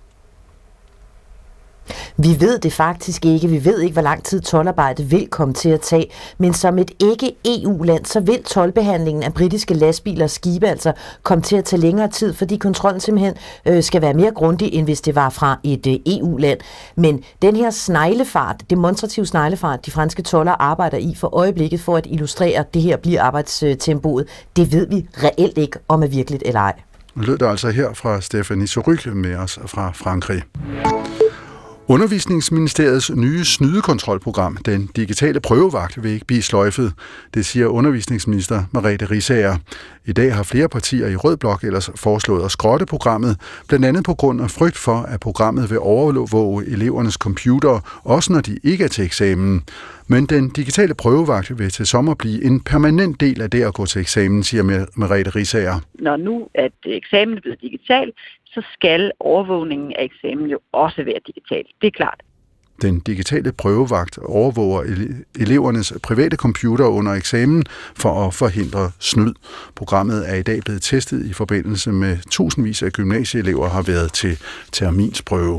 Vi ved det faktisk ikke. Vi ved ikke, hvor lang tid toldarbejdet vil komme til at tage. Men som et ikke-EU-land, så vil toldbehandlingen af britiske lastbiler og skibe altså komme til at tage længere tid, fordi kontrollen simpelthen skal være mere grundig, end hvis det var fra et EU-land. Men den her sneglefart, demonstrativ sneglefart, de franske toldere arbejder i for øjeblikket for at illustrere, at det her bliver arbejdstempoet, det ved vi reelt ikke, om er virkeligt eller ej. Nu lød der altså her fra Stephanie Suryk med os fra Frankrig. Undervisningsministeriets nye snydekontrolprogram, den digitale prøvevagt, vil ikke blive sløjfet. Det siger undervisningsminister Merete Riisager. I dag har flere partier i Rød Blok ellers foreslået at skrotte programmet, blandt andet på grund af frygt for, at programmet vil overvåge elevernes computere, også når de ikke er til eksamen. Men den digitale prøvevagt vil til sommer blive en permanent del af det at gå til eksamen, siger Merete Riisager. Når nu at eksamen er blevet digital, så skal overvågningen af eksamen jo også være digital. Det er klart. Den digitale prøvevagt overvåger elevernes private computer under eksamen for at forhindre snyd. Programmet er i dag blevet testet i forbindelse med tusindvis af gymnasieelever har været til terminsprøve.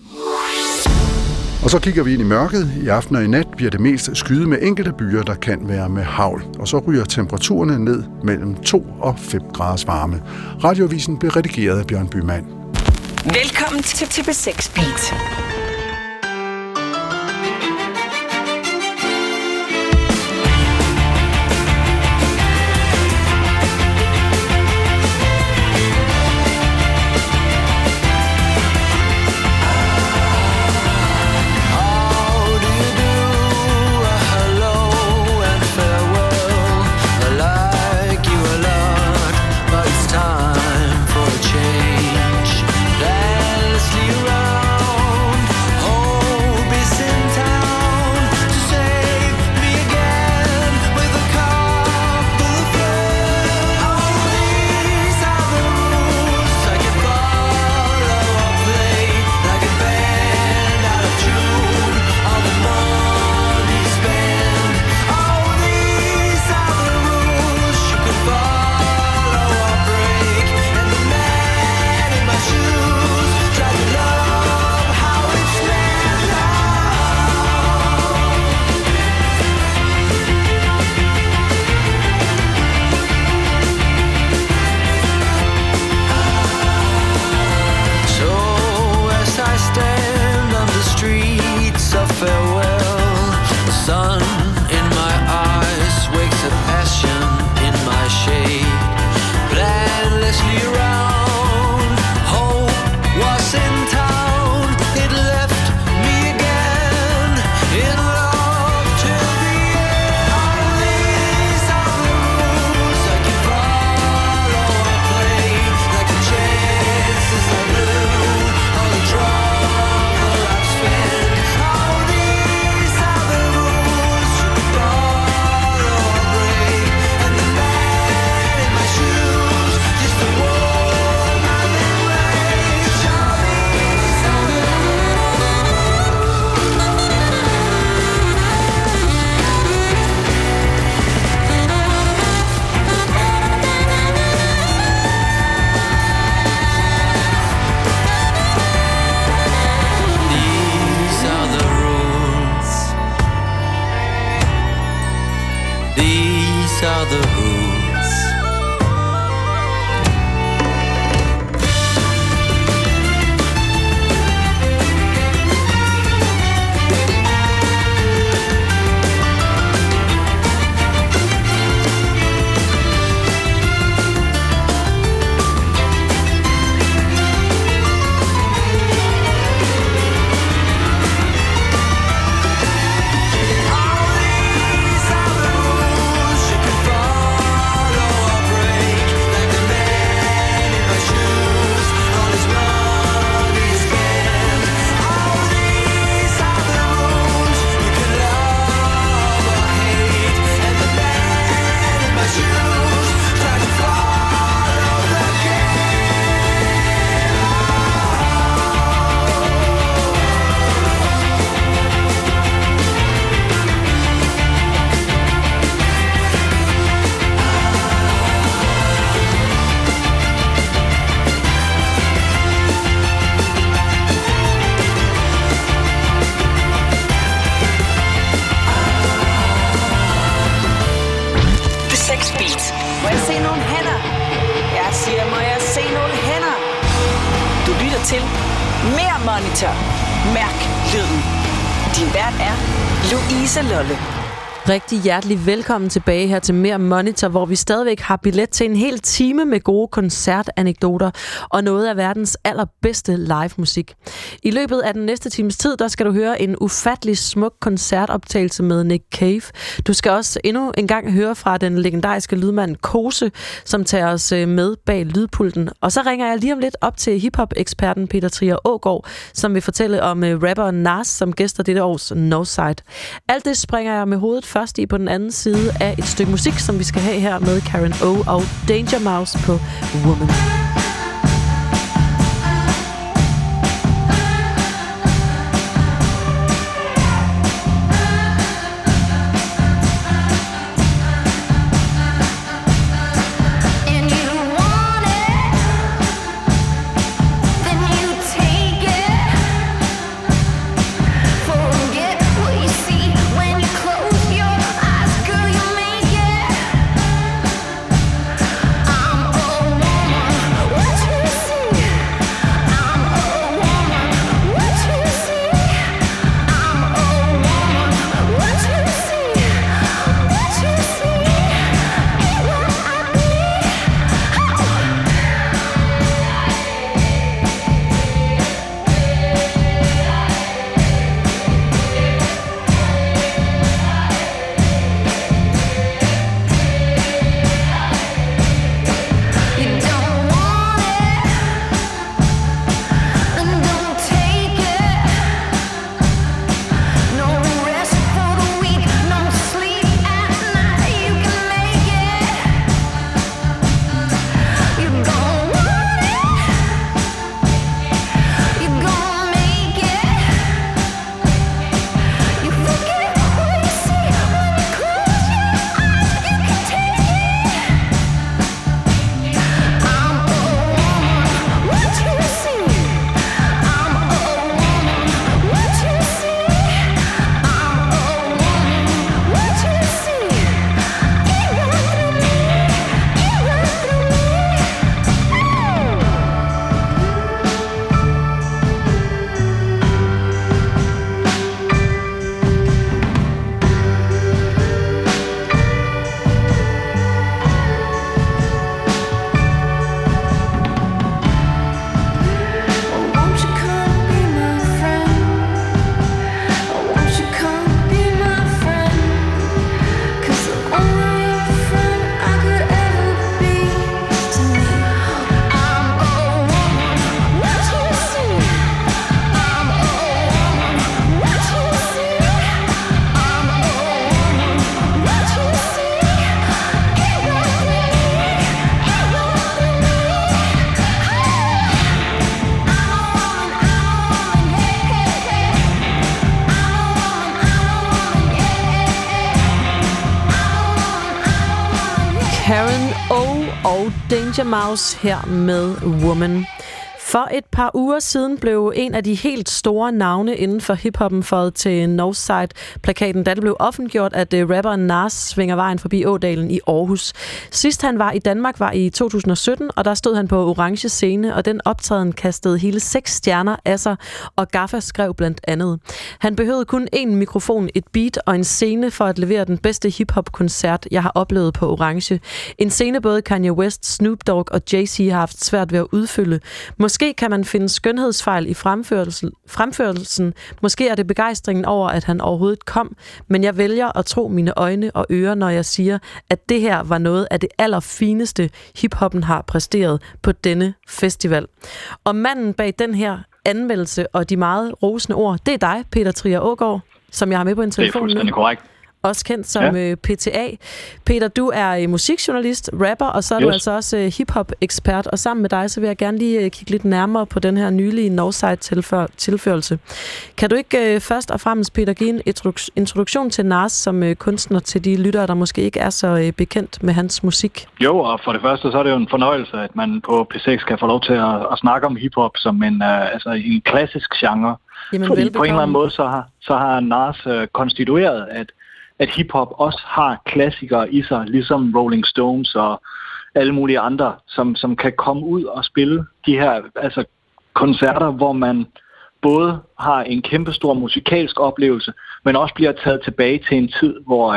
Og så kigger vi ind i mørket. I aften og i nat bliver det mest skyde med enkelte byer, der kan være med hagl. Og så ryger temperaturerne ned mellem 2 og 5 graders varme. Radioavisen blev redigeret af Bjørn Bymann. Velkommen til P6 Beat. Time for a change. Endlessly around lytter til Mere Monitor. Mærk lyden. Din vært er Louise Lolle. Rigtig hjertelig velkommen tilbage her til Mere Monitor, hvor vi stadigvæk har billet til en hel time med gode koncertanekdoter og noget af verdens allerbedste live musik. I løbet af den næste times tid, der skal du høre en ufattelig smuk koncertoptagelse med Nick Cave. Du skal også endnu en gang høre fra den legendariske lydmand Kose, som tager os med bag lydpulten. Og så ringer jeg lige om lidt op til hiphop-eksperten Peter Trier Aagaard, som vil fortælle om rapperen Nas, som gæster dette års Northside. Alt det springer jeg med hovedet først i på den anden side af et stykke musik, som vi skal have her med Karen O og Danger Mouse på Woman. Karen O og Danger Mouse her med Woman. For et par uger siden blev en af de helt store navne inden for hiphoppen fået til Northside-plakaten, da det blev offentliggjort, at rapperen Nas svinger vejen forbi Ådalen i Aarhus. Sidst han var i Danmark var i 2017, og der stod han på orange scene, og den optræden kastede hele 6 stjerner af sig, og Gaffa skrev blandt andet: han behøvede kun én mikrofon, et beat og en scene for at levere den bedste hip-hop-koncert, jeg har oplevet på orange. En scene både Kanye West, Snoop Dogg og Jay-Z har haft svært ved at udfylde. Måske kan man finde skønhedsfejl i fremførelsen. Måske er det begejstringen over, at han overhovedet kom. Men jeg vælger at tro mine øjne og ører, når jeg siger, at det her var noget af det allerfineste, hiphoppen har præsteret på denne festival. Og manden bag den her anmeldelse og de meget rosende ord, det er dig, Peter Trier Aagaard, som jeg har med på en telefon. Det er fuldstændig korrekt. Også kendt som PTA. Peter, du er musikjournalist, rapper, og så er du altså også hip-hop-ekspert. Og sammen med dig, så vil jeg gerne lige kigge lidt nærmere på den her nylige Northside-tilførelse. Kan du ikke først og fremmest, Peter, give en introduktion til Nas som kunstner til de lyttere, der måske ikke er så bekendt med hans musik? Jo, og for det første, så er det jo en fornøjelse, at man på P6 kan få lov til at snakke om hip-hop som en klassisk genre. Jamen, fordi på en eller anden måde, så har Nas konstitueret, at hiphop også har klassikere i sig, ligesom Rolling Stones og alle mulige andre, som kan komme ud og spille de her koncerter, hvor man både har en kæmpestor musikalsk oplevelse, men også bliver taget tilbage til en tid, hvor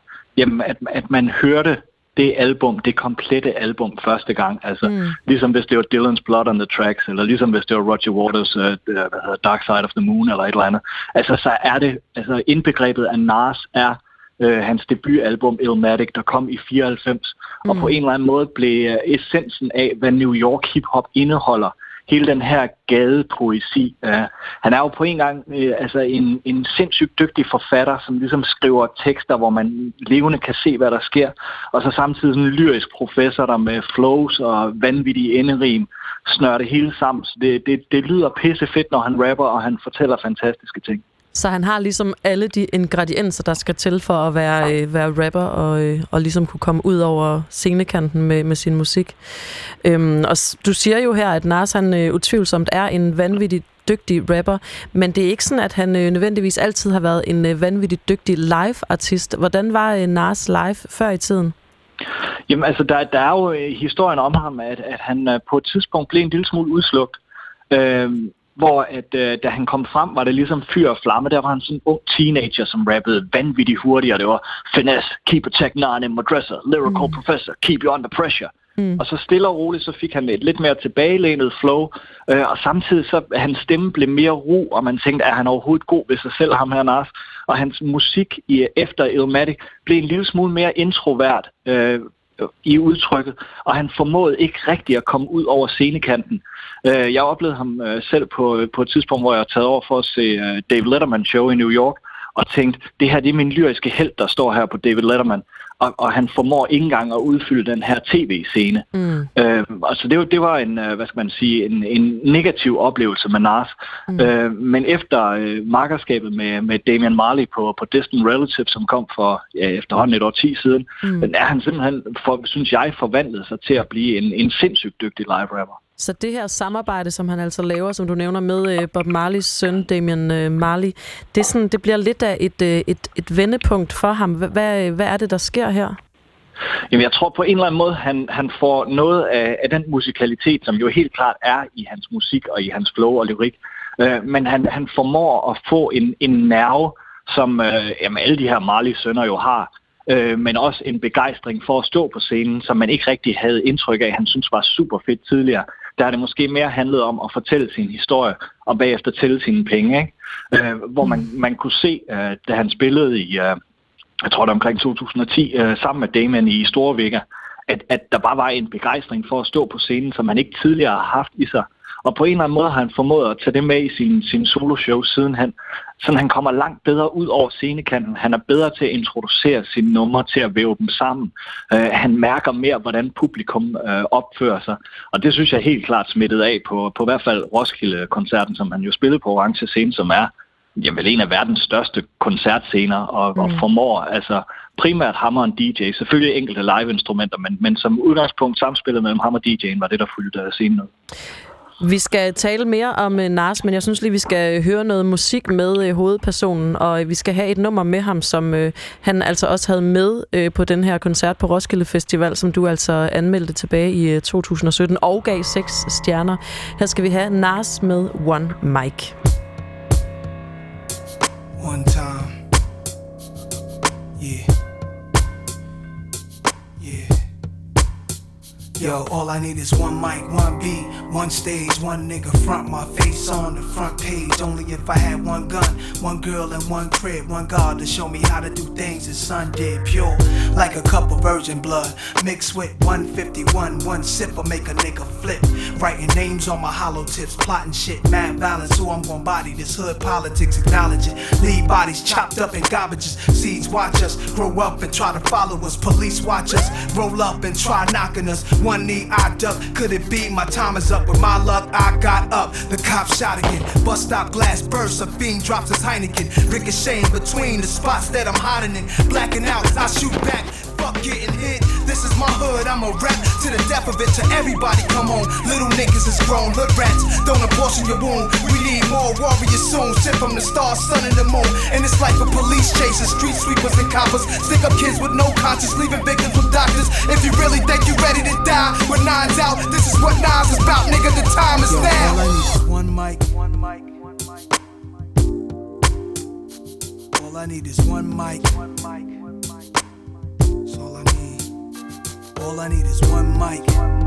at man hørte det album, det komplette album første gang. Altså, ligesom hvis det var Dylan's Blood on the Tracks, eller ligesom hvis det var Roger Waters Dark Side of the Moon, eller et eller andet. Altså, så er det, altså indbegrebet af Nas er hans debutalbum Illmatic, der kom i 94, og på en eller anden måde blev essensen af, hvad New York hip-hop indeholder, hele den her gadepoesi. Han er jo på en gang en sindssygt dygtig forfatter, som ligesom skriver tekster, hvor man levende kan se, hvad der sker, og så samtidig sådan en lyrisk professor, der med flows og vanvittige enderim snører det hele sammen. Så det lyder pissefedt, når han rapper, og han fortæller fantastiske ting. Så han har ligesom alle de ingredienser, der skal til for at være rapper og ligesom kunne komme ud over scenekanten med sin musik. Og du siger jo her, at Nas han utvivlsomt er en vanvittig dygtig rapper, men det er ikke sådan, at han nødvendigvis altid har været en vanvittig dygtig live-artist. Hvordan var Nas live før i tiden? Jamen altså, der er jo historien om ham, at han på et tidspunkt blev en lille smule udslugt. Hvor da han kom frem, var det ligesom fyr og flamme. Der var han sådan en ung teenager, som rappede vanvittigt hurtigt, og det var finesse, keep a tech nine in my dresser, lyrical professor, keep you under pressure. Og så stille og roligt, så fik han et lidt mere tilbagelænet flow, og samtidig så hans stemme blev mere ro, og man tænkte, er han overhovedet god ved sig selv, ham her Nas? Og hans musik efter Illmatic blev en lille smule mere introvert i udtrykket, og han formåede ikke rigtig at komme ud over scenekanten. Jeg oplevede ham selv på et tidspunkt, hvor jeg taget over for at se David Letterman show i New York, og tænkte, det her det er min lyriske helt, der står her på David Letterman, og han formår ikke engang at udfylde den her tv-scene. Altså det var en, hvad skal man sige, en negativ oplevelse med Nas. Men efter makkerskabet med Damian Marley på Distant Relatives, som kom for efterhånden et årti siden, er han simpelthen, synes jeg, forvandlet sig til at blive en sindssygt dygtig live-rapper. Så det her samarbejde, som han altså laver, som du nævner med Bob Marleys søn, Damian Marley, det bliver lidt af et vendepunkt for ham. Hvad er det, der sker her? Jamen, jeg tror på en eller anden måde, han får noget af den musikalitet, som jo helt klart er i hans musik og i hans flow og lyrik. Men han formår at få en nerve, som alle de her Marleys sønner jo har. Men også en begejstring for at stå på scenen, som man ikke rigtig havde indtryk af, han synes var super fedt tidligere. Der har det måske mere handlet om at fortælle sin historie, og bagefter tælle sine penge, ikke? Hvor man kunne se, da han spillede i, jeg tror det omkring 2010, sammen med Damien i Store Vega, at der bare var en begejstring for at stå på scenen, som han ikke tidligere har haft i sig. Og på en eller anden måde har han formået at tage det med i sin soloshow sidenhen, så han kommer langt bedre ud over scenekanten. Han er bedre til at introducere sine numre, til at væve dem sammen. Han mærker mere, hvordan publikum opfører sig. Og det synes jeg helt klart smittet af på hvert fald Roskilde-koncerten, som han jo spillede på Orange Scene, som er vel en af verdens største koncertscener, og formår altså primært ham og en DJ, selvfølgelig enkelte live-instrumenter, men som udgangspunkt samspillet mellem ham og DJ'en var det, der fyldte scenen ned. Vi skal tale mere om Nas, men jeg synes lige, vi skal høre noget musik med hovedpersonen, og vi skal have et nummer med ham, som han altså også havde med på den her koncert på Roskilde Festival, som du altså anmeldte tilbage i 2017 og gav 6 stjerner. Her skal vi have Nas med One Mic. One time. Yeah. Yo, all I need is one mic, one beat, one stage, one nigga front my face on the front page. Only if I had one gun, one girl and one crib, one God to show me how to do things his son did. Pure, like a cup of virgin blood, mixed with 151, one sip will make a nigga flip. Writing names on my hollow tips, plotting shit, mad balance, who I'm gon' body, this hood politics, acknowledge it. Leave bodies chopped up in garbages, seeds watch us, grow up and try to follow us. Police watch us, roll up and try knocking us. One knee I duck, could it be my time is up? With my luck I got up, the cop shot again. Bus stop glass bursts, a fiend drops his Heineken. Ricocheting between the spots that I'm hiding in. Blacking out, I shoot back, fuck getting hit. This is my hood, I'm a rap to the death of it. To everybody come on, little niggas is grown. Hood rats, don't abortion your wound. We need more warriors soon. Sent from the stars, sun and the moon. And it's like a police chasing street sweepers and coppers. Stick up kids with no conscience, leaving victims with doctors. If you really think you ready to die with nines out, this is what Nas is about, nigga, the time is now. All I need is one mic. That's all I need. All I need is one mic.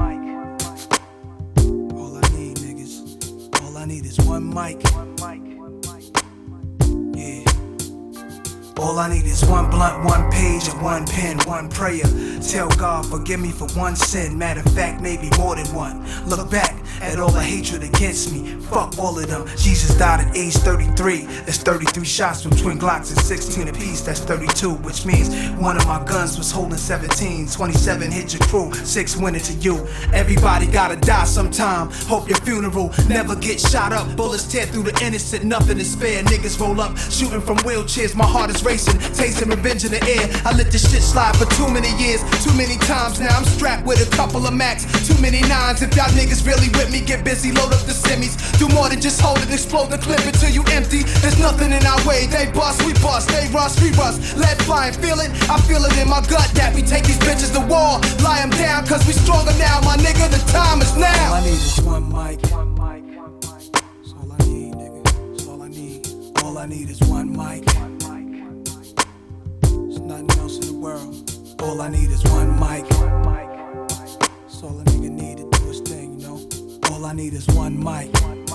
All I need, niggas. All I need is one mic. Yeah. All I need is one blunt, one page, and one pen, one prayer. Tell God, forgive me for one sin. Matter of fact, maybe more than one. Look back at all the hatred against me. Fuck all of them. Jesus died at age 33. That's 33 shots from twin Glocks and 16 apiece. That's 32, which means one of my guns was holding 17. 27 hit your crew, 6 went into you. Everybody gotta die sometime. Hope your funeral never get shot up. Bullets tear through the innocent, nothing is fair. Niggas roll up, shooting from wheelchairs. My heart is racing, tasting revenge in the air. I let this shit slide for too many years, too many times. Now I'm strapped with a couple of Macs, too many nines. If y'all niggas really with me, get busy, load up the semis. Do more than just hold it, explode the clip until you empty. There's nothing in our way, they bust, we bust. They rush, we rust, lead flying, feel it? I feel it in my gut that we take these bitches to war. Lie them down, cause we stronger now, my nigga, the time is now. All I need is one mic. That's all I need, nigga, that's all I need. All I need is one mic. There's nothing else in the world. All I need is one mic. That's all a nigga need to do his thing, you know. All I need is one mic.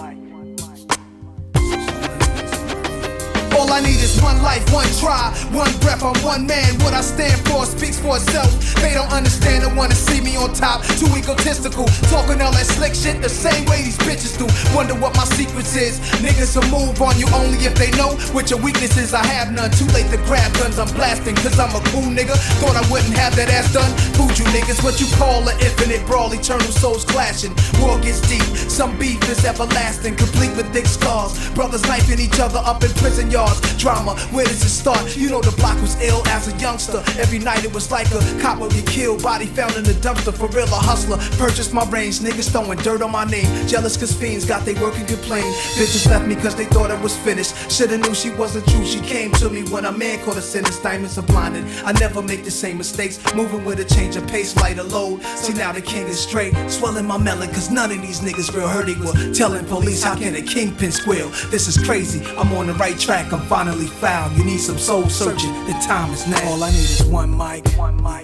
All I need is one life, one try, one breath, I'm one man. What I stand for speaks for itself. They don't understand and wanna see me on top. Too egotistical, talking all that slick shit the same way these bitches do. Wonder what my secrets is. Niggas will move on you only if they know what your weaknesses. I have none, too late to grab guns, I'm blasting. Cause I'm a cool nigga, thought I wouldn't have that ass done. Food you niggas, what you call an infinite brawl, eternal souls clashing. War gets deep, some beef is everlasting, complete with thick scars. Brothers knifing each other up in prison yards. Drama, where does it start? You know the block was ill as a youngster. Every night it was like a cop would get killed, body found in the dumpster. For real, a hustler, purchased my range. Niggas throwing dirt on my name. Jealous cause fiends got they work and complain. Bitches left me cause they thought it was finished. Shoulda knew she wasn't true. She came to me when a man caught a sentence. Diamonds are blinded. I never make the same mistakes. Moving with a change of pace, lighter load. See now the king is straight. Swelling my melon cause none of these niggas real hurt equal. Telling police how can a kingpin squeal? This is crazy. I'm on the right track. I'm finally found. You need some soul searching. The time is now. All I need is one mic. One mic.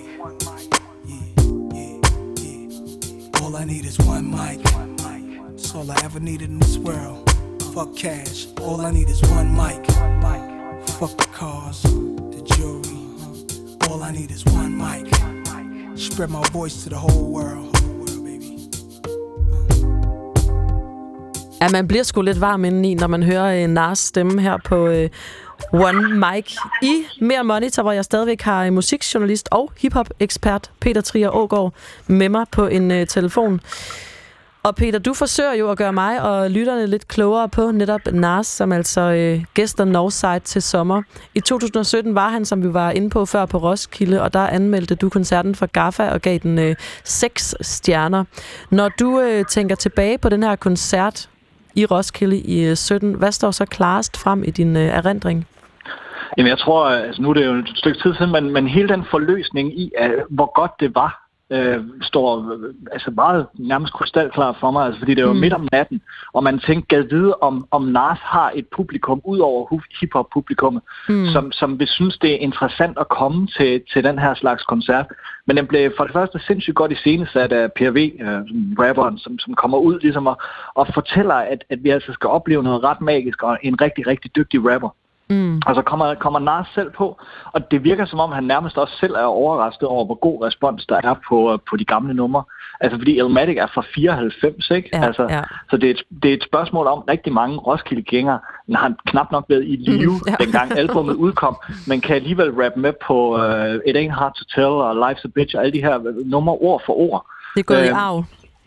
Yeah. All I need is one mic. That's all I ever needed in this world. Fuck cash. All I need is one mic. Fuck the cars, the jewelry. All I need is one mic. Spread my voice to the whole world. Ja, man bliver sgu lidt varm indeni, når man hører Nas stemme her på One Mic i Mere Monitor, hvor jeg stadigvæk har musikjournalist og hiphop-ekspert Peter Trier Aagaard med mig på en telefon. Og Peter, du forsøger jo at gøre mig og lytterne lidt klogere på netop Nas, som altså gæster Northside til sommer. I 2017 var han, som vi var inde på før, på Roskilde, og der anmeldte du koncerten for Gaffa og gav den 6 stjerner. Når du tænker tilbage på den her koncert i Roskilde i 17, hvad står så klarest frem i din erindring? Jamen jeg tror, altså nu er det jo et stykke tid siden, men hele den forløsning i, hvor godt det var, står altså meget nærmest krystalklar for mig, altså fordi det var midt om natten, og man tænkte, gad vide, om Nas har et publikum ud over hiphop-publikummet, som vil synes, det er interessant at komme til den her slags koncert. Men den blev for det første sindssygt godt iscenesat af PRV, rapperen, som kommer ud ligesom og fortæller, at vi altså skal opleve noget ret magisk, og en rigtig, rigtig dygtig rapper. Og så kommer Nas selv på, og det virker som om, han nærmest også selv er overrasket over, hvor god respons der er på de gamle numre. Altså fordi Illmatic er fra 94, ikke? Ja, altså, ja. Så det er et spørgsmål om rigtig mange Roskilde-gængere, har han knap nok været i live, dengang albumet udkom, men kan alligevel rappe med på It Ain't Hard to Tell og Life's a Bitch og alle de her numre ord for ord. Det er gået i arv.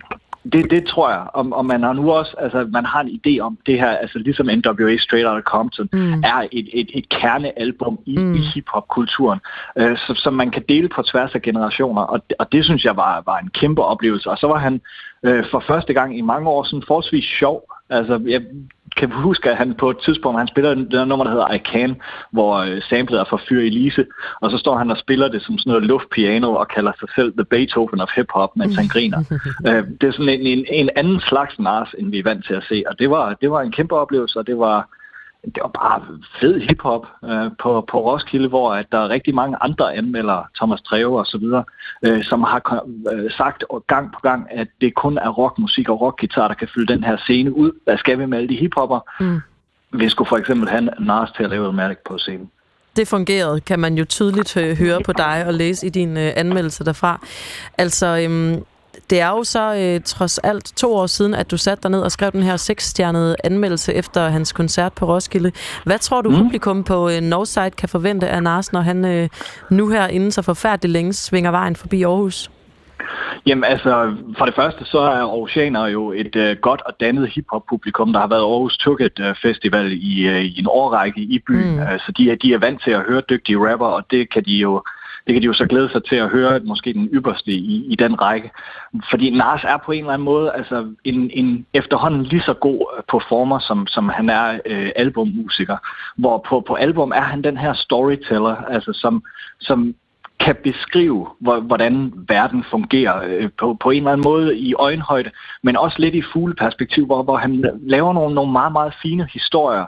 Det tror jeg, og man har nu også, altså man har en idé om det her, altså ligesom NWA Straight Outta Compton er et kernealbum i hiphop-kulturen, som man kan dele på tværs af generationer, og det synes jeg var en kæmpe oplevelse. Og så var han for første gang i mange år sådan forholdsvis sjov. Altså jeg kan huske, at han på et tidspunkt, han spiller det nummer, der hedder I Can, hvor samplet er fra Fyr Elise, og så står han og spiller det som sådan noget luftpiano og kalder sig selv The Beethoven of Hip-Hop, mens han griner. Det er sådan en anden slags Nas, end vi er vant til at se, og det var en kæmpe oplevelse, og det var det var bare fed hiphop på Roskilde, hvor at der er rigtig mange andre anmeldere, Thomas Treve og så videre, som har sagt gang på gang, at det kun er rockmusik og rockgitar, der kan fylde den her scene ud. Hvad skal vi med alle de hiphopper? Vi skulle for eksempel have Nas til at lave Illmatic på scenen. Det fungerede, kan man jo tydeligt høre på dig og læse i dine anmeldelser derfra. Altså, det er jo så trods alt 2 år siden, at du satte dig ned og skrev den her 6-stjernede anmeldelse efter hans koncert på Roskilde. Hvad tror du, publikum på Northside kan forvente af Nas, når han nu her inden så forfærdeligt længe svinger vejen forbi Aarhus? Jamen altså, for det første så er Aarhusianer jo et godt og dannet hiphop-publikum, der har været Aarhus Tukket Festival i en årrække i byen. Så de er vant til at høre dygtige rapper, og det kan de jo så glæde sig til at høre måske den ypperste i den række. Fordi Nas er på en eller anden måde altså en efterhånden lige så god performer, som han er albummusiker. Hvor på album er han den her storyteller, altså som kan beskrive, hvordan verden fungerer på en eller anden måde i øjenhøjde, men også lidt i fugleperspektiv, hvor han laver nogle meget, meget fine historier,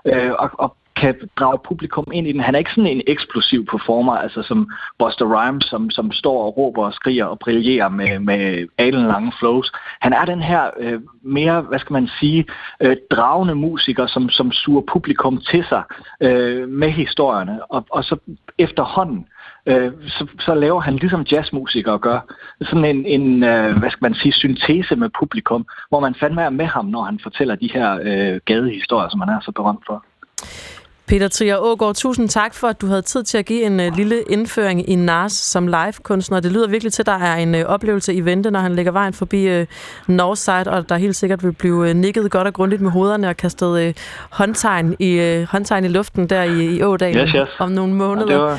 og kan drage publikum ind i den. Han er ikke sådan en eksplosiv performer, altså som Busta Rhymes, som står og råber og skriger og brillerer med alenlange flows. Han er den her mere, hvad skal man sige, dragende musiker, som suger publikum til sig med historierne, og så efterhånden så laver han ligesom jazzmusikere gør, sådan en hvad skal man sige, syntese med publikum, hvor man fandme er med ham, når han fortæller de her gadehistorier, som han er så berømt for. Peter Trier Aagaard, tusind tak for, at du havde tid til at give en lille indføring i Nas som live-kunstner. Det lyder virkelig til, at der er en oplevelse i vente, når han lægger vejen forbi Northside, og der helt sikkert vil blive nikket godt og grundigt med hovederne og kastet håndtegn i luften der i Ådalen om nogle måneder. Ja,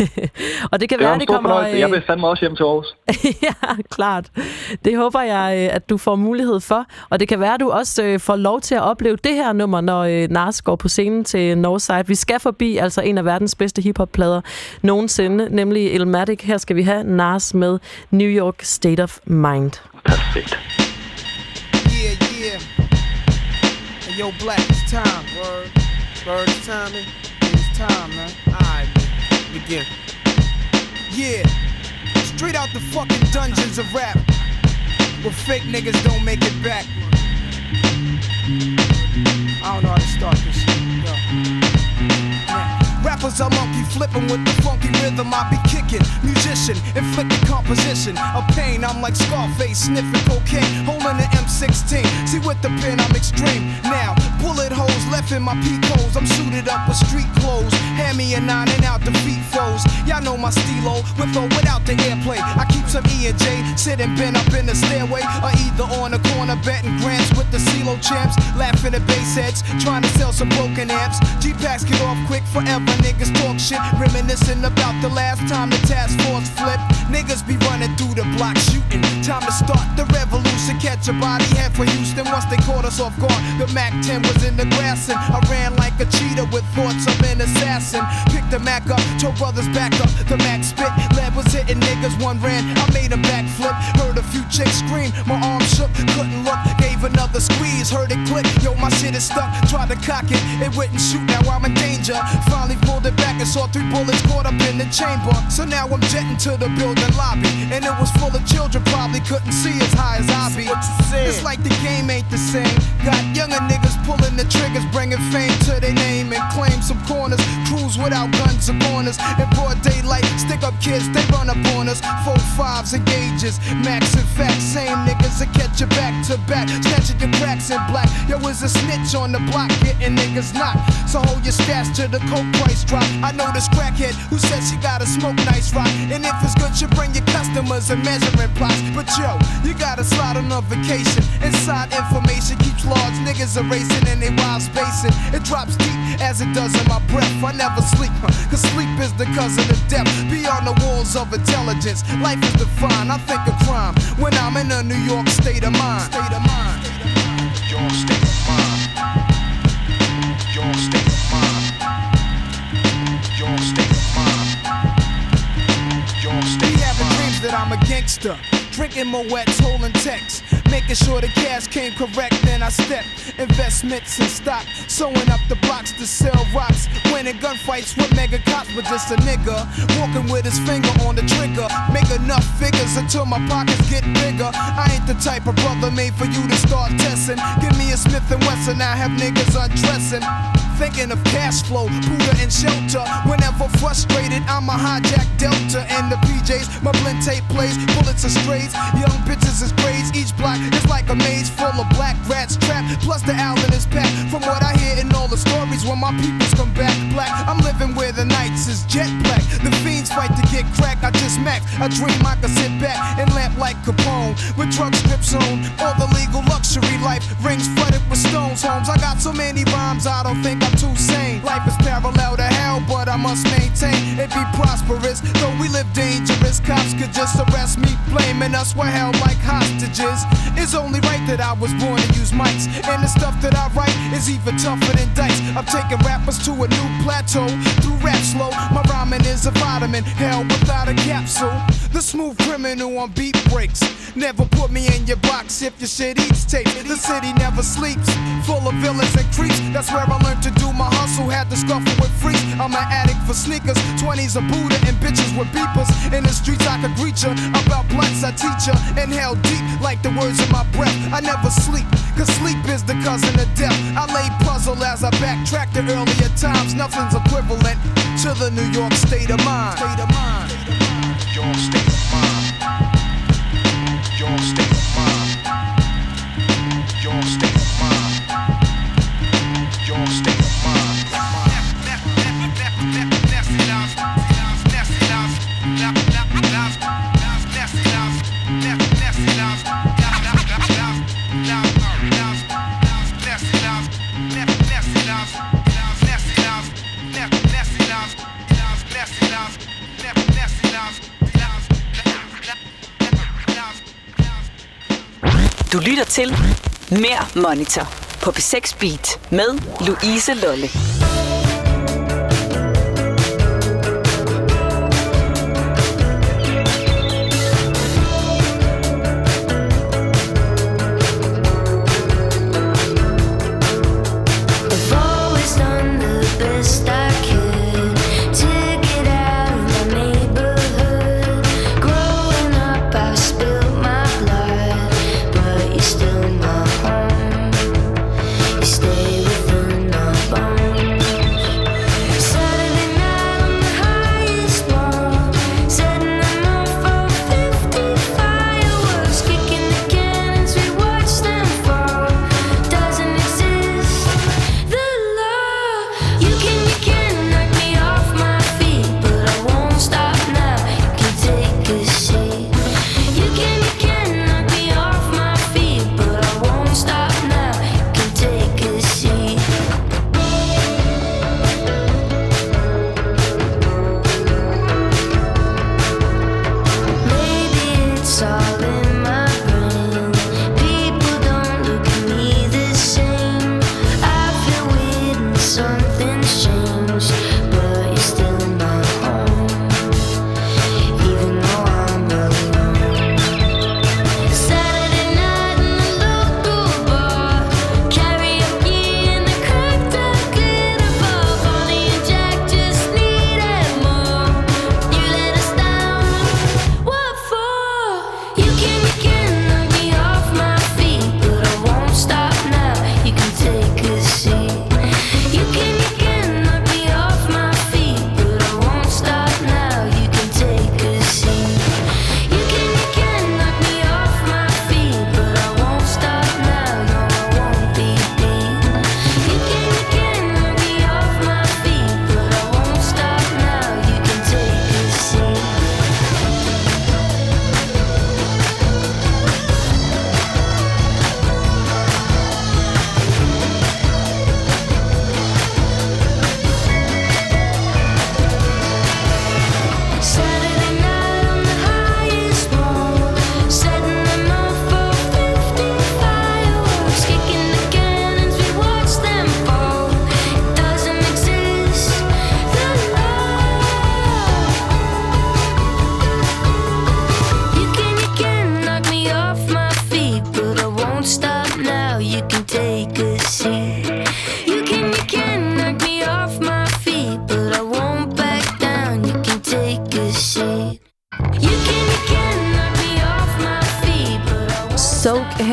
og det kan være, det kommer... Jeg vil fandme også hjem til Aarhus. Ja, klart. Det håber jeg, at du får mulighed for, og det kan være, at du også får lov til at opleve det her nummer, når Nas går på scenen til Northside. Vi skal forbi altså en af verdens bedste hiphop-plader nogensinde, nemlig Illmatic. Her skal vi have Nas med New York State of Mind. Perfekt. Yeah. Hey, yo, Black, it's time. Word, it's time, man. It's time, man. Alright, man. Begin. Yeah. Straight out the fucking dungeons of rap, where fake niggas don't make it back. I don't know how to start this shit. Yo. Rappers are monkey flipping with the funky rhythm I be kicking. Musician, inflicting composition of pain. I'm like Scarface, sniffing cocaine, holding an M16. See with the pen I'm extreme. Now, bullet holes left in my peak holes. I'm suited up with street clothes. Hand me a 9 and out the feet froze. Y'all know my stilo, with or without the airplay. I keep some E and J, sitting bent up in the stairway, or either on the corner betting grants with the CeeLo champs. Laughing at bass heads, trying to sell some broken amps. G-packs get off quick forever. Niggas talk shit, reminiscing about the last time the task force flipped. Niggas be running through the block shooting. Time to start the revolution. Catch a body head for Houston once they caught us off guard. The Mac 10 was in the grass and I ran like a cheetah with thoughts of an assassin. Picked the Mac up, told brothers back up. The Mac spit, lead was hitting niggas. One ran, I made a backflip. Heard a few chicks scream, my arm shook, couldn't look. Gave another squeeze, heard it click. Yo, my shit is stuck. Tried to cock it, it wouldn't shoot. Now I'm in danger. Finally pulled it back and saw 3 bullets caught up in the chamber. So now I'm jetting to the building lobby, and it was full of children, probably couldn't see as high as I be. It's like the game ain't the same. Got younger niggas pulling the triggers, bringing fame to their name and claim some corners. Cruise without guns or corners. In broad daylight, stick up kids, they run up on us. 4-5s and gauges, max and facts. Same niggas that catch you back to back, snatching your cracks in black. Yo, is a snitch on the block, getting niggas knocked. So hold your stash till the coke price drop. I know this crackhead who says she gotta smoke nice rock, and if it's good, you bring your customers and measuring plots. But yo, you gotta slide on a vacation. Inside information keeps large niggas erasing and they wild spacing. It drops deep as it does in my breath. I never sleep, cause sleep is the cousin of death. Beyond the walls of intelligence, life is defined. I think of crime when I'm in a New York state of mind. State of mind. Your state of mind. Your state of mind. Your state of mind. Your state of mind. Be having dreams that I'm a gangster, drinking Moet's, holding texts. making sure the cash came correct. Then I stepped, investments and stock, sewing up the blocks to sell rocks. Winning gunfights with mega cops, but just a nigga walking with his finger on the trigger. Make enough figures until my pockets get bigger. I ain't the type of brother made for you to start testing. Give me a Smith & Wesson, I have niggas undressing. Thinking of cash flow, Buddha and shelter. Whenever frustrated, I'm a hijack Delta. And the PJs, my blend tape plays, bullets are strays. Young bitches is grades, each block is like a maze full of black rats trapped. Plus the Allen is packed. From what I hear in all the stories, when my peoples come back black, I'm living where the nights is jet black. The fiends fight to get crack, I just max. I dream I could sit back and lamp like Capone with drug strips on. All the legal luxury life, rings flooded with stones. Homes, I got so many rhymes, I don't think I'm too sane. Life is parallel to hell, but I must maintain it be prosperous. Though we live dangerous, cops could just arrest me, blaming us we're held like hostages. It's only right that I was born to use mics, and the stuff that I write is even tougher than dice. I'm taking rappers to a new plateau through rap slow. My rhyming is a vitamin, hell without a capsule. The smooth criminal on beat breaks. Never put me in your box if your shit eats tape. The city never sleeps, full of villains and creeps. That's where I learned to do my hustle, had to scuffle with freaks. I'm an addict for sneakers, 20s a Buddha and bitches with beepers. In the streets I could greet ya, about blunts I teach ya. Inhale deep like the words in my breath. I never sleep, cause sleep is the cousin of death. I lay puzzle as I backtrack to earlier times. Nothing's equivalent to the New York state of mind. State of mind. Your state of mind. Your state of mind. Your state of mind. Your state of mind. Du lytter til Mere Monitor på P6 Beat med Louise Lolle. Stay within my bones.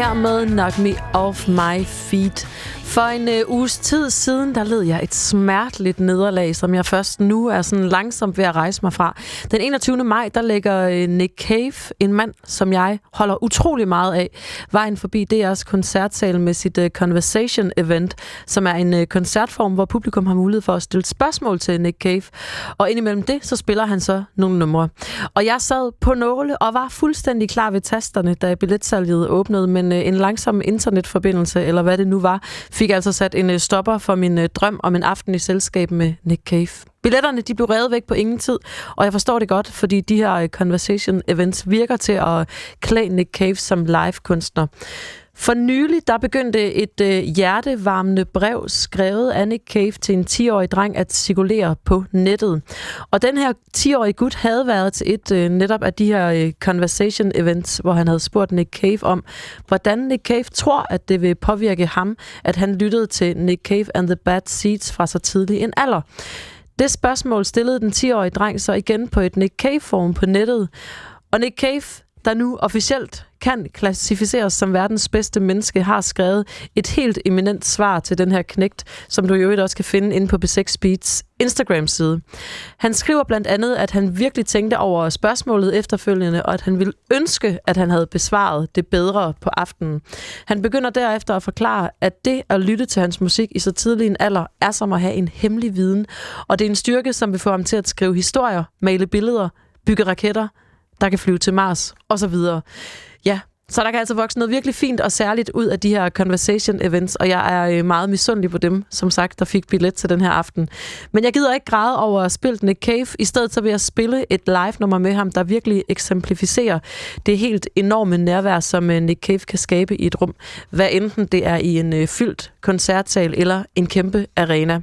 her med Knock Me Off My Feet. For en uges tid siden, der led jeg et smerteligt nederlag, som jeg først nu er sådan langsomt ved at rejse mig fra. Den 21. maj, der lægger Nick Cave, en mand, som jeg holder utrolig meget af, vejen forbi DR's koncertsal med sit Conversation Event, som er en koncertform, hvor publikum har mulighed for at stille spørgsmål til Nick Cave. Og indimellem det, så spiller han så nogle numre. Og jeg sad på nåle og var fuldstændig klar ved tasterne, da billetsalget åbnede, men en langsom internetforbindelse, eller hvad det nu var, fik altså sat en stopper for min drøm om en aften i selskab med Nick Cave. Billetterne, de blev revet væk på ingen tid, og jeg forstår det godt, fordi de her conversation events virker til at klæde Nick Cave som live-kunstner. For nylig, der begyndte et hjertevarmende brev skrevet af Nick Cave til en 10-årig dreng at cirkulere på nettet. Og den her 10-årige gut havde været til et netop af de her conversation events, hvor han havde spurgt Nick Cave om, hvordan Nick Cave tror, at det vil påvirke ham, at han lyttede til Nick Cave and the Bad Seeds fra så tidlig en alder. Det spørgsmål stillede den 10-årige dreng så igen på et Nick Cave-forum på nettet. Og Nick Cave, der nu officielt kan klassificeres som verdens bedste menneske, har skrevet et helt eminent svar til den her knægt, som du i øvrigt også kan finde inde på B6 Beats Instagram-side. Han skriver blandt andet, at han virkelig tænkte over spørgsmålet efterfølgende, og at han ville ønske, at han havde besvaret det bedre på aftenen. Han begynder derefter at forklare, at det at lytte til hans musik i så tidlig en alder, er som at have en hemmelig viden, og det er en styrke, som vil få ham til at skrive historier, male billeder, bygge raketter, der kan flyve til Mars, og så videre. Ja, så der kan altså vokse noget virkelig fint og særligt ud af de her conversation events, og jeg er meget misundelig på dem, som sagt, der fik billet til den her aften. Men jeg gider ikke græde over at spille Nick Cave. I stedet så vil jeg spille et live-nummer med ham, der virkelig eksemplificerer det helt enorme nærvær, som Nick Cave kan skabe i et rum, hvad enten det er i en fyldt koncertsal eller en kæmpe arena.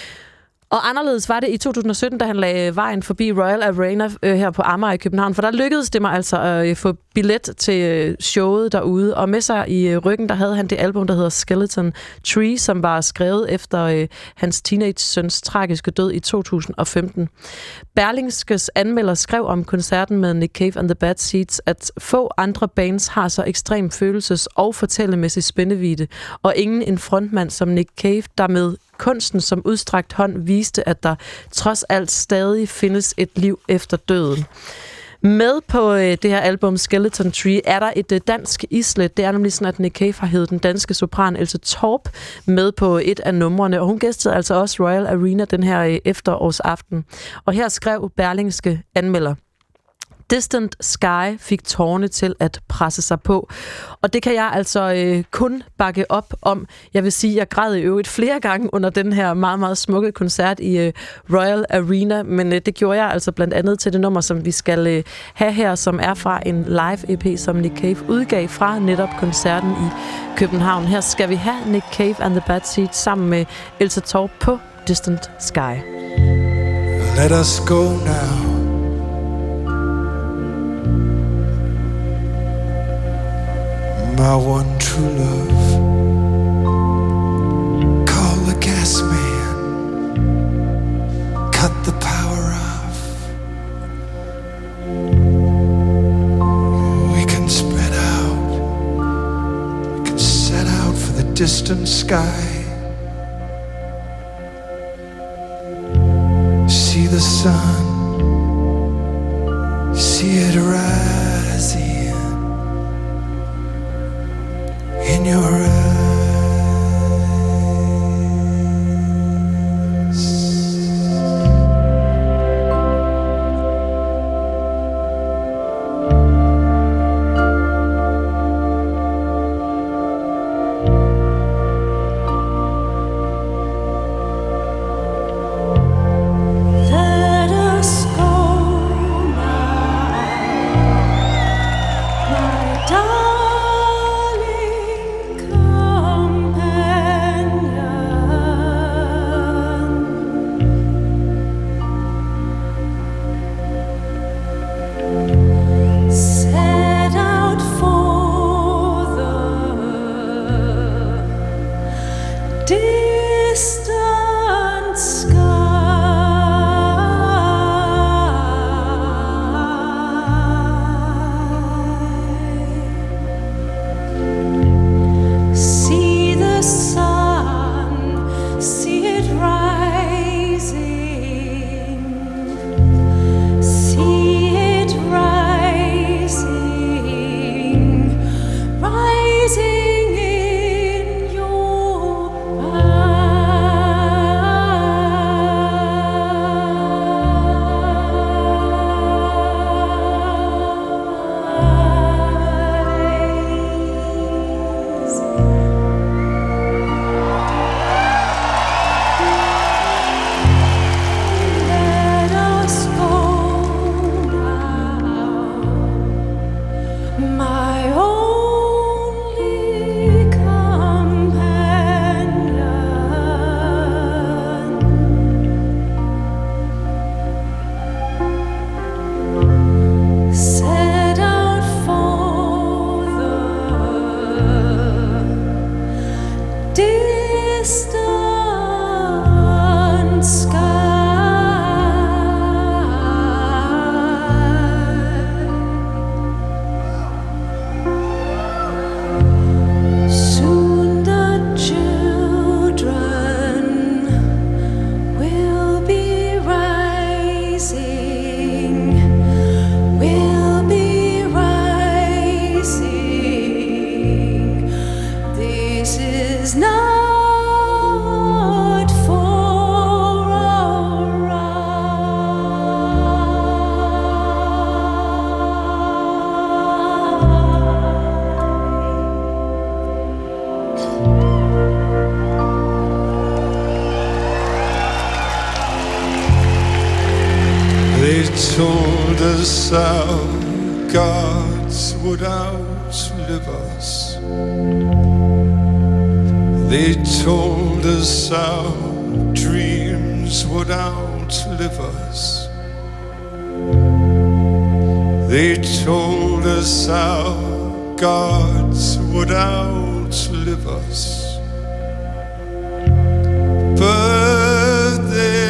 Og anderledes var det i 2017, da han lagde vejen forbi Royal Arena her på Amager i København, for der lykkedes det mig altså at få billet til showet derude, og med sig i ryggen, der havde han det album, der hedder Skeleton Tree, som var skrevet efter hans teenage-søns tragiske død i 2015. Berlingskes anmelder skrev om koncerten med Nick Cave and the Bad Seeds, at få andre bands har så ekstrem følelses- og fortællemæssig spændvidde, og ingen en frontmand som Nick Cave, der med kunsten som udstrakt hånd viste, at der trods alt stadig findes et liv efter døden. Med på det her album Skeleton Tree er der et dansk islet. Det er nemlig sådan, at Nick Cave har hævet den danske sopran Else Torp med på et af numrene, og hun gæstede altså også Royal Arena den her efterårsaften. Og her skrev Berlingske anmelder: Distant Sky fik tårerne til at presse sig på. Og det kan jeg altså kun bakke op om. Jeg vil sige, at jeg græd i øvrigt flere gange under den her meget, meget smukke koncert i Royal Arena, men det gjorde jeg altså blandt andet til det nummer, som vi skal have her, som er fra en live-EP, som Nick Cave udgav fra netop koncerten i København. Her skal vi have Nick Cave and the Bad Seeds sammen med Else Torp på Distant Sky. Let us go now. My one true love. Call the gas man. Cut the power off. We can spread out. We can set out for the distant sky. See the sun. See it rising in your eyes. Let us go now, my darling companion. Set out for the distant sky. distant sky. Soon the children will be rising, will be rising. This is not for our They told us our gods would outlive us. They told us our dreams would outlive us. They told us our gods would outlive us. But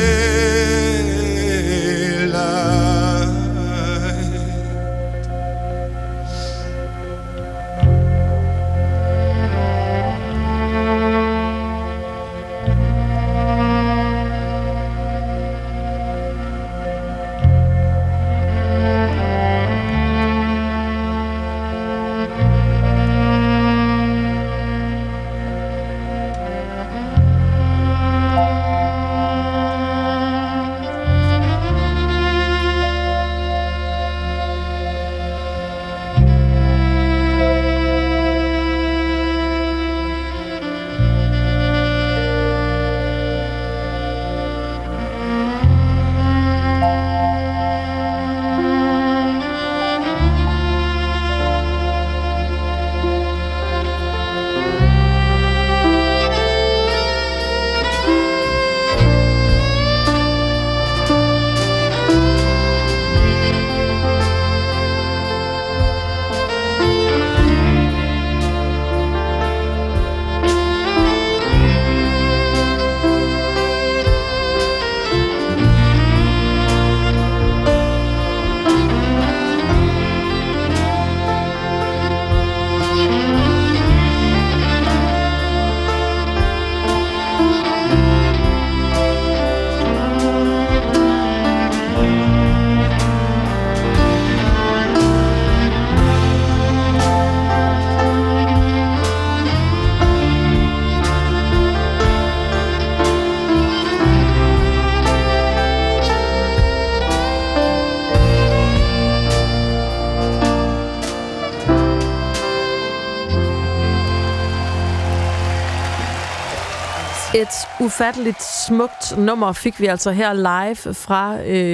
they lied. Et ufatteligt smukt nummer fik vi altså her live fra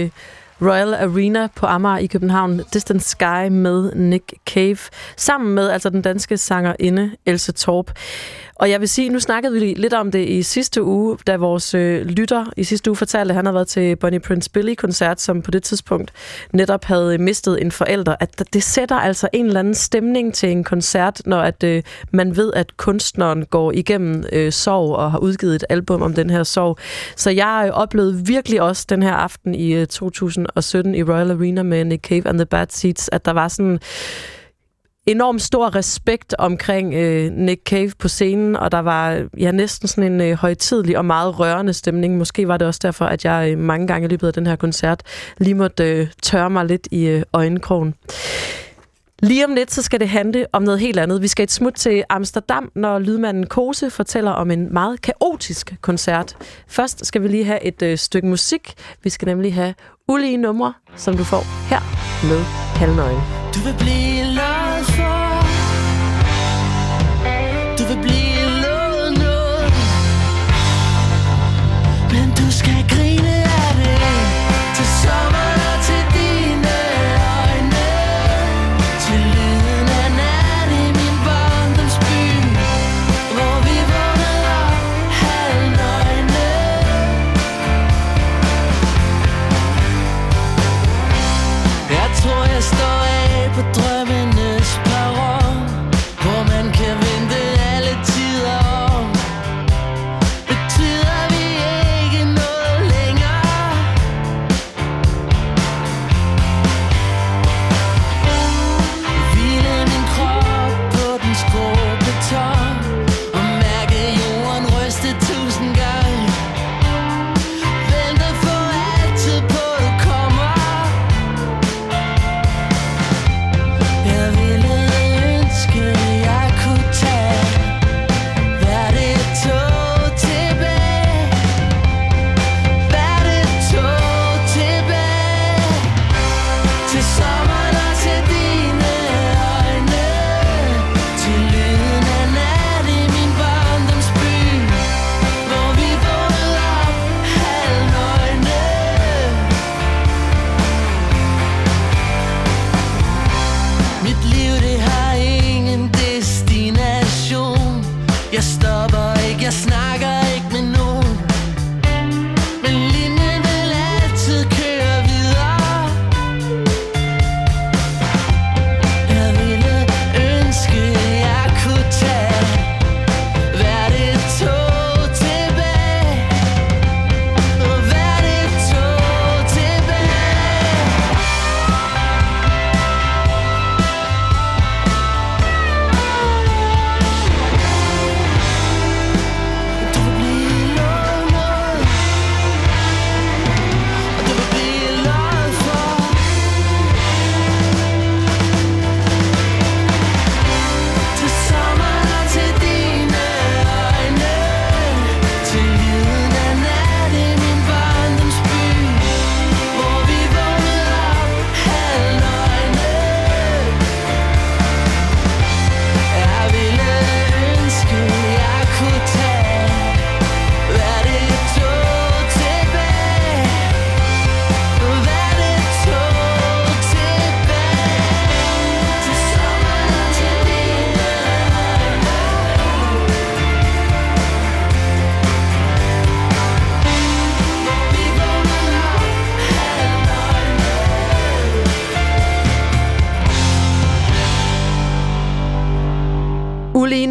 Royal Arena på Amager i København. Distant Sky med Nick Cave. Sammen med altså den danske sangerinde Else Torp. Og jeg vil sige, nu snakkede vi lidt om det i sidste uge, da vores lytter i sidste uge fortalte, at han havde været til Bonnie Prince Billy-koncert, som på det tidspunkt netop havde mistet en forælder. At det sætter altså en eller anden stemning til en koncert, når at man ved, at kunstneren går igennem sorg og har udgivet et album om den her sorg. Så jeg oplevede virkelig også den her aften i 2017 i Royal Arena med Nick Cave and the Bad Seeds, at der var sådan enormt stor respekt omkring Nick Cave på scenen, og der var næsten sådan en højtidelig og meget rørende stemning. Måske var det også derfor, at jeg mange gange i løbet af den her koncert lige måtte tørre mig lidt i øjenkrogen. Lige om lidt, så skal det handle om noget helt andet. Vi skal et smut til Amsterdam, når lydmanden Kose fortæller om en meget kaotisk koncert. Først skal vi lige have et stykke musik. Vi skal nemlig have ulige numre, som du får her med Halvnøgen. Du vil blive lovet for. Du vil blive lovet noget. Men du skal grine af det til sommeren og til dine øjne. Til lyden af nat i min barndomsby, hvor vi vågnede op halvnøgne. Jeg tror jeg står af på drømmenes perron, hvor man kan vente alle tider.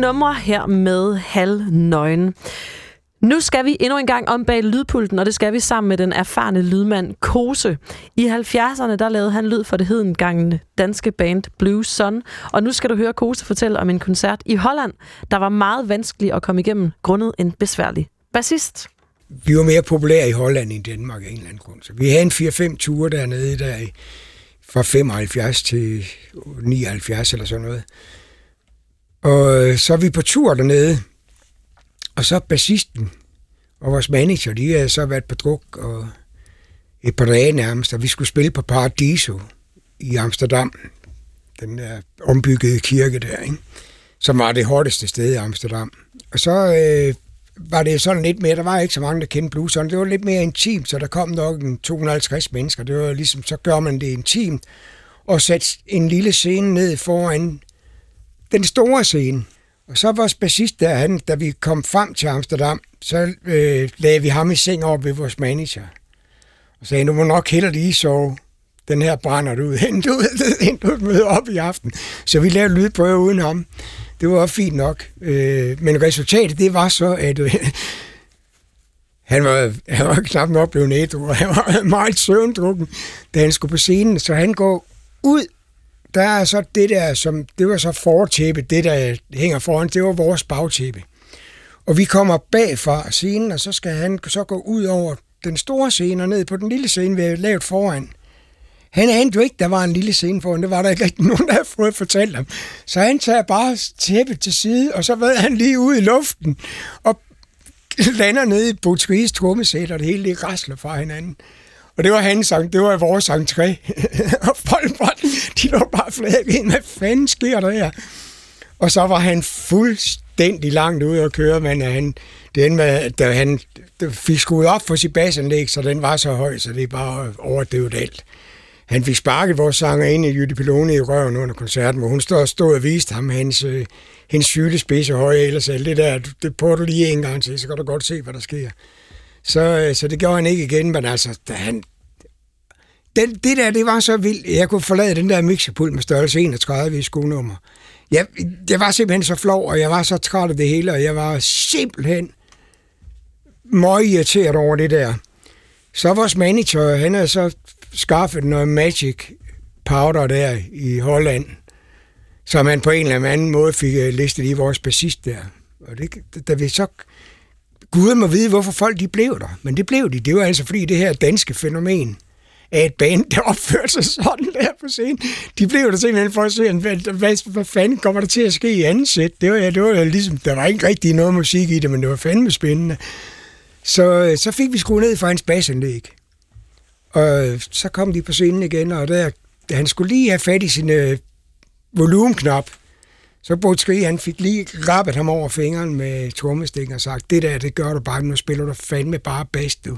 numre her med halvnøgen. Nu skal vi endnu en gang om bag lydpulten, og det skal vi sammen med den erfarne lydmand Kose. I 70'erne, der lavede han lyd for det hedengangende danske band Blue Sun, og nu skal du høre Kose fortælle om en koncert i Holland, der var meget vanskelig at komme igennem, grundet en besværlig bassist. Vi var mere populære i Holland end Danmark af en eller anden grund. Så vi havde en 4-5 ture dernede der fra 75 til 79 eller sådan noget. Og så er vi på tur dernede, og så bassisten og vores manager, de havde så været på druk og et par dage nærmest, og vi skulle spille på Paradiso i Amsterdam, den der ombyggede kirke der, ikke? Som var det hårdeste sted i Amsterdam. Og så var det sådan lidt mere, der var ikke så mange, der kendte blues, det var lidt mere intimt, så der kom nok 250 mennesker, det var ligesom, så gør man det intimt, og satte en lille scene ned foran den store scene. Og så vores bassist der, da vi kom frem til Amsterdam, så lagde vi ham i seng over ved vores manager. Og sagde, du må nok hellere lige sove. Den her brænder du ud. Hent du møde op i aften. Så vi lavede lydprøve uden ham. Det var også fint nok. Men resultatet, det var så, at han var knap nok blevet ædru, og han var meget søvndrukken, da han skulle på scenen. Så han går ud. Der er så det der, det var så fortæppe, det der hænger foran, det var vores bagtæppe. Og vi kommer bag fra scenen, og så skal han så gå ud over den store scene og ned på den lille scene, vi havde lavet foran. Han anede jo ikke, der var en lille scene foran, det var der ikke rigtig nogen, der havde fået fortalt ham. Så han tager bare tæppet til side, og så ved han lige ud i luften, og lander nede i Botries trommesæt, og det hele det rasler fra hinanden. Og det var hans sang, det var vores entré. Og folk de lå bare flade. Hvad fanden sker der her? Og så var han fuldstændig langt ude at køre, men han fik skruet op for sit bassanlæg, så den var så høj, så det bare overdøvet alt. Han fik sparket vores sanger ind i Jytte Pelone i røven under koncerten, hvor hun stod og viste ham hendes sylespidse høje ellers alt det der, det prøver du lige en gang til, så kan du godt se, hvad der sker. Så det gjorde han ikke igen, men altså, det var så vildt. Jeg kunne forlade den der mixerpult med størrelse 31 i skuenummer. Jeg var simpelthen så flov, og jeg var så træt af det hele, og jeg var simpelthen meget irriteret over det der. Så vores manager, han havde så skaffet noget magic powder der i Holland, som han på en eller anden måde fik listet i vores bassist der. Og da vi så Gud må vide, hvorfor folk de blev der. Men det blev de. Det var altså fordi det her danske fænomen af et band, der opførte sig sådan der på scenen. De blev der simpelthen for at se, hvad fanden kommer der til at ske i andet sæt. Det var ligesom, der var ikke rigtig noget musik i det, men det var fandme spændende. Så fik vi skruet ned for hans bassanlæg. Og så kom de på scenen igen, og da han skulle lige have fat i sin volumenknap, så Botry, han fik lige rappet ham over fingeren med trommestikken og sagt, det gør du bare, nu spiller du fandme bare bass, du.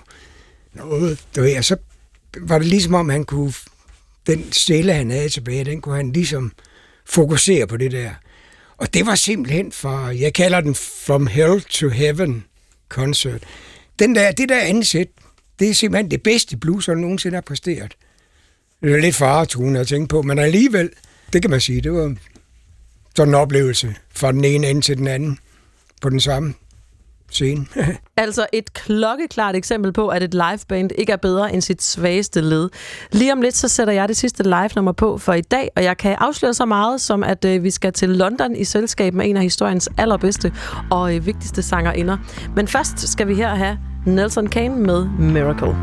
Og så var det ligesom om, han kunne, den stille, han havde tilbage, den kunne han ligesom fokusere på det der. Og det var simpelthen jeg kalder den From Hell to Heaven concert. Det der andet sæt, det er simpelthen det bedste blues, han nogensinde har præsteret. Det er lidt faretruende at tænke på, men alligevel, det kan man sige, det var sådan en oplevelse fra den ene ende til den anden på den samme scene. Altså et klokkeklart eksempel på, at et liveband ikke er bedre end sit svageste led. Lige om lidt, så sætter jeg det sidste live-nummer på for i dag, og jeg kan afsløre så meget som, at vi skal til London i selskab med en af historiens allerbedste og vigtigste sangerinder. Men først skal vi her have Nelson Kane med Miracle.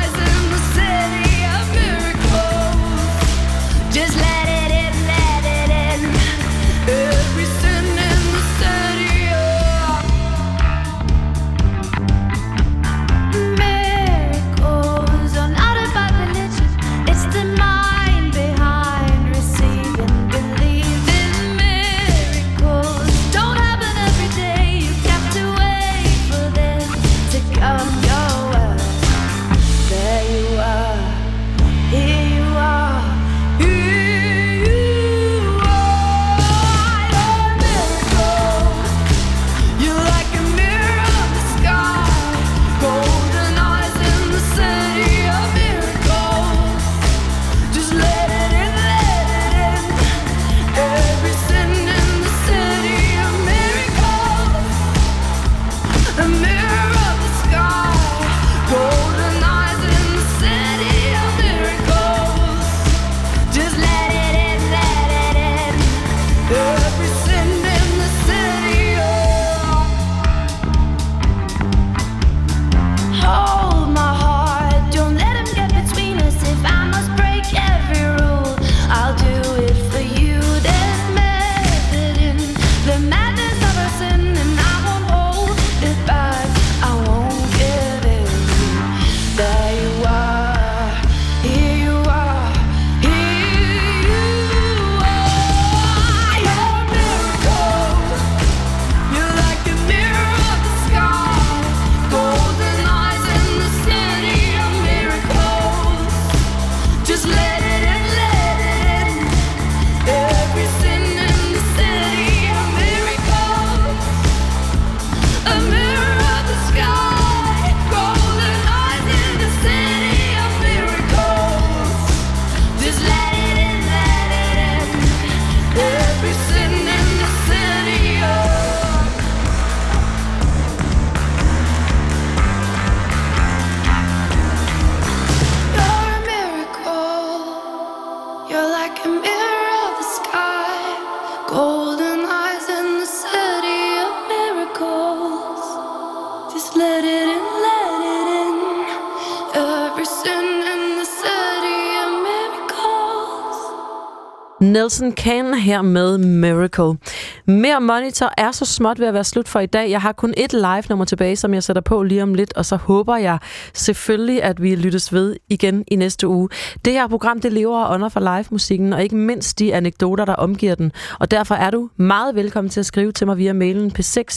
Just let it in, let it in. like a mirror of the sky. Golden eyes in the city of miracles. Just let it in, let it in. Every sin in the city of miracles. Nelson Can her med Miracle. Mere Monitor er så småt ved at være slut for i dag. Jeg har kun et live-nummer tilbage, som jeg sætter på lige om lidt, og så håber jeg selvfølgelig, at vi lyttes ved igen i næste uge. Det her program, det lever og ånder for live-musikken, og ikke mindst de anekdoter, der omgiver den. Og derfor er du meget velkommen til at skrive til mig via mailen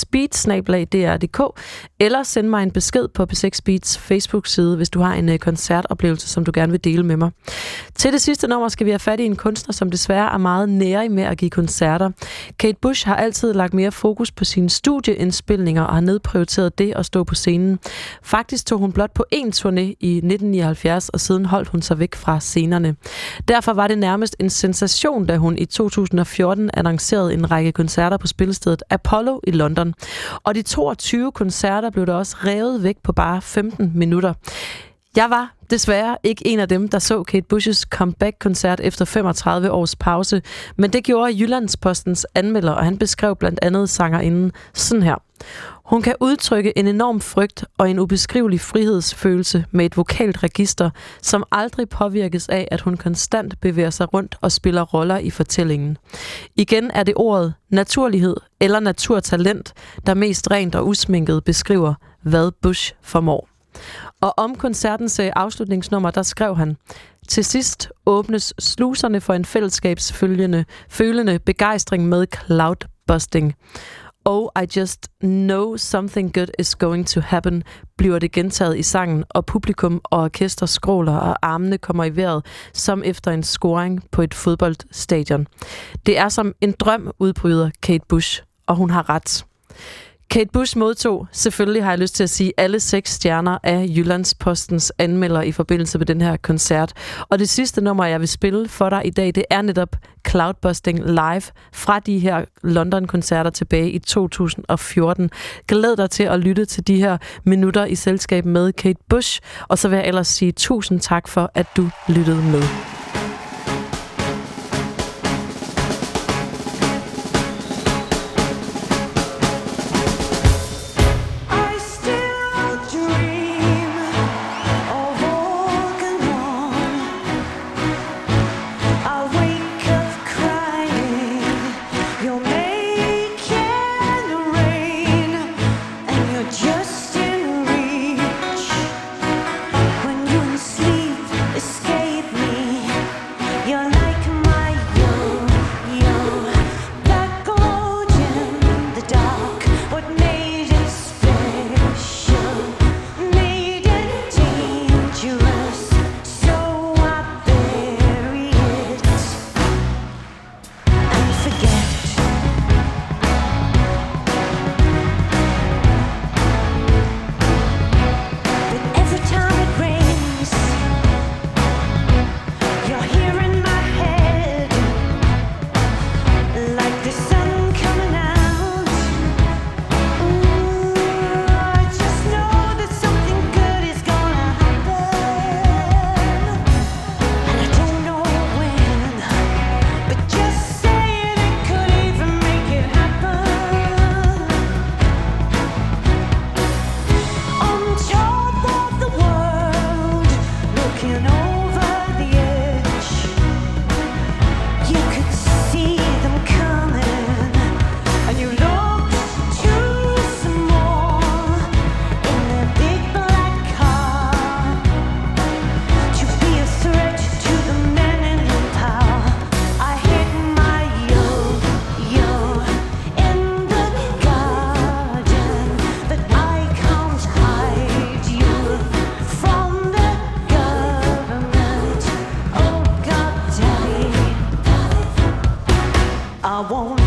p6beat@dr.dk, eller send mig en besked på P6 Beats Facebook-side, hvis du har en koncertoplevelse, som du gerne vil dele med mig. Til det sidste nummer skal vi have fat i en kunstner, som desværre er meget nærig med at give koncerter. Kate Bush har altid lagt mere fokus på sine studieindspilninger og har nedprioriteret det at stå på scenen. Faktisk tog hun blot på én turné i 1979, og siden holdt hun sig væk fra scenerne. Derfor var det nærmest en sensation, da hun i 2014 annoncerede en række koncerter på spillestedet Apollo i London. Og de 22 koncerter blev der også revet væk på bare 15 minutter. Jeg var desværre ikke en af dem, der så Kate Bush's comeback-koncert efter 35 års pause, men det gjorde Jyllandspostens anmelder, og han beskrev blandt andet sangerinden sådan her. Hun kan udtrykke en enorm frygt og en ubeskrivelig frihedsfølelse med et vokalt register, som aldrig påvirkes af, at hun konstant bevæger sig rundt og spiller roller i fortællingen. Igen er det ordet naturlighed eller naturtalent, der mest rent og usminket beskriver, hvad Bush formår. Og om koncertens afslutningsnummer, der skrev han: til sidst åbnes sluserne for en fællesskabsfølende begejstring med cloudbusting. Oh, I just know something good is going to happen, bliver det gentaget i sangen, og publikum og orkester skråler, og armene kommer i vejret, som efter en scoring på et fodboldstadion. Det er som en drøm, udbryder Kate Bush, og hun har ret. Kate Bush modtog, selvfølgelig har jeg lyst til at sige, alle 6 stjerner af Jyllandspostens anmelder i forbindelse med den her koncert. Og det sidste nummer, jeg vil spille for dig i dag, det er netop Cloudbusting live fra de her London-koncerter tilbage i 2014. Glæd dig til at lytte til de her minutter i selskab med Kate Bush, og så vil jeg ellers sige tusind tak for, at du lyttede med. I won't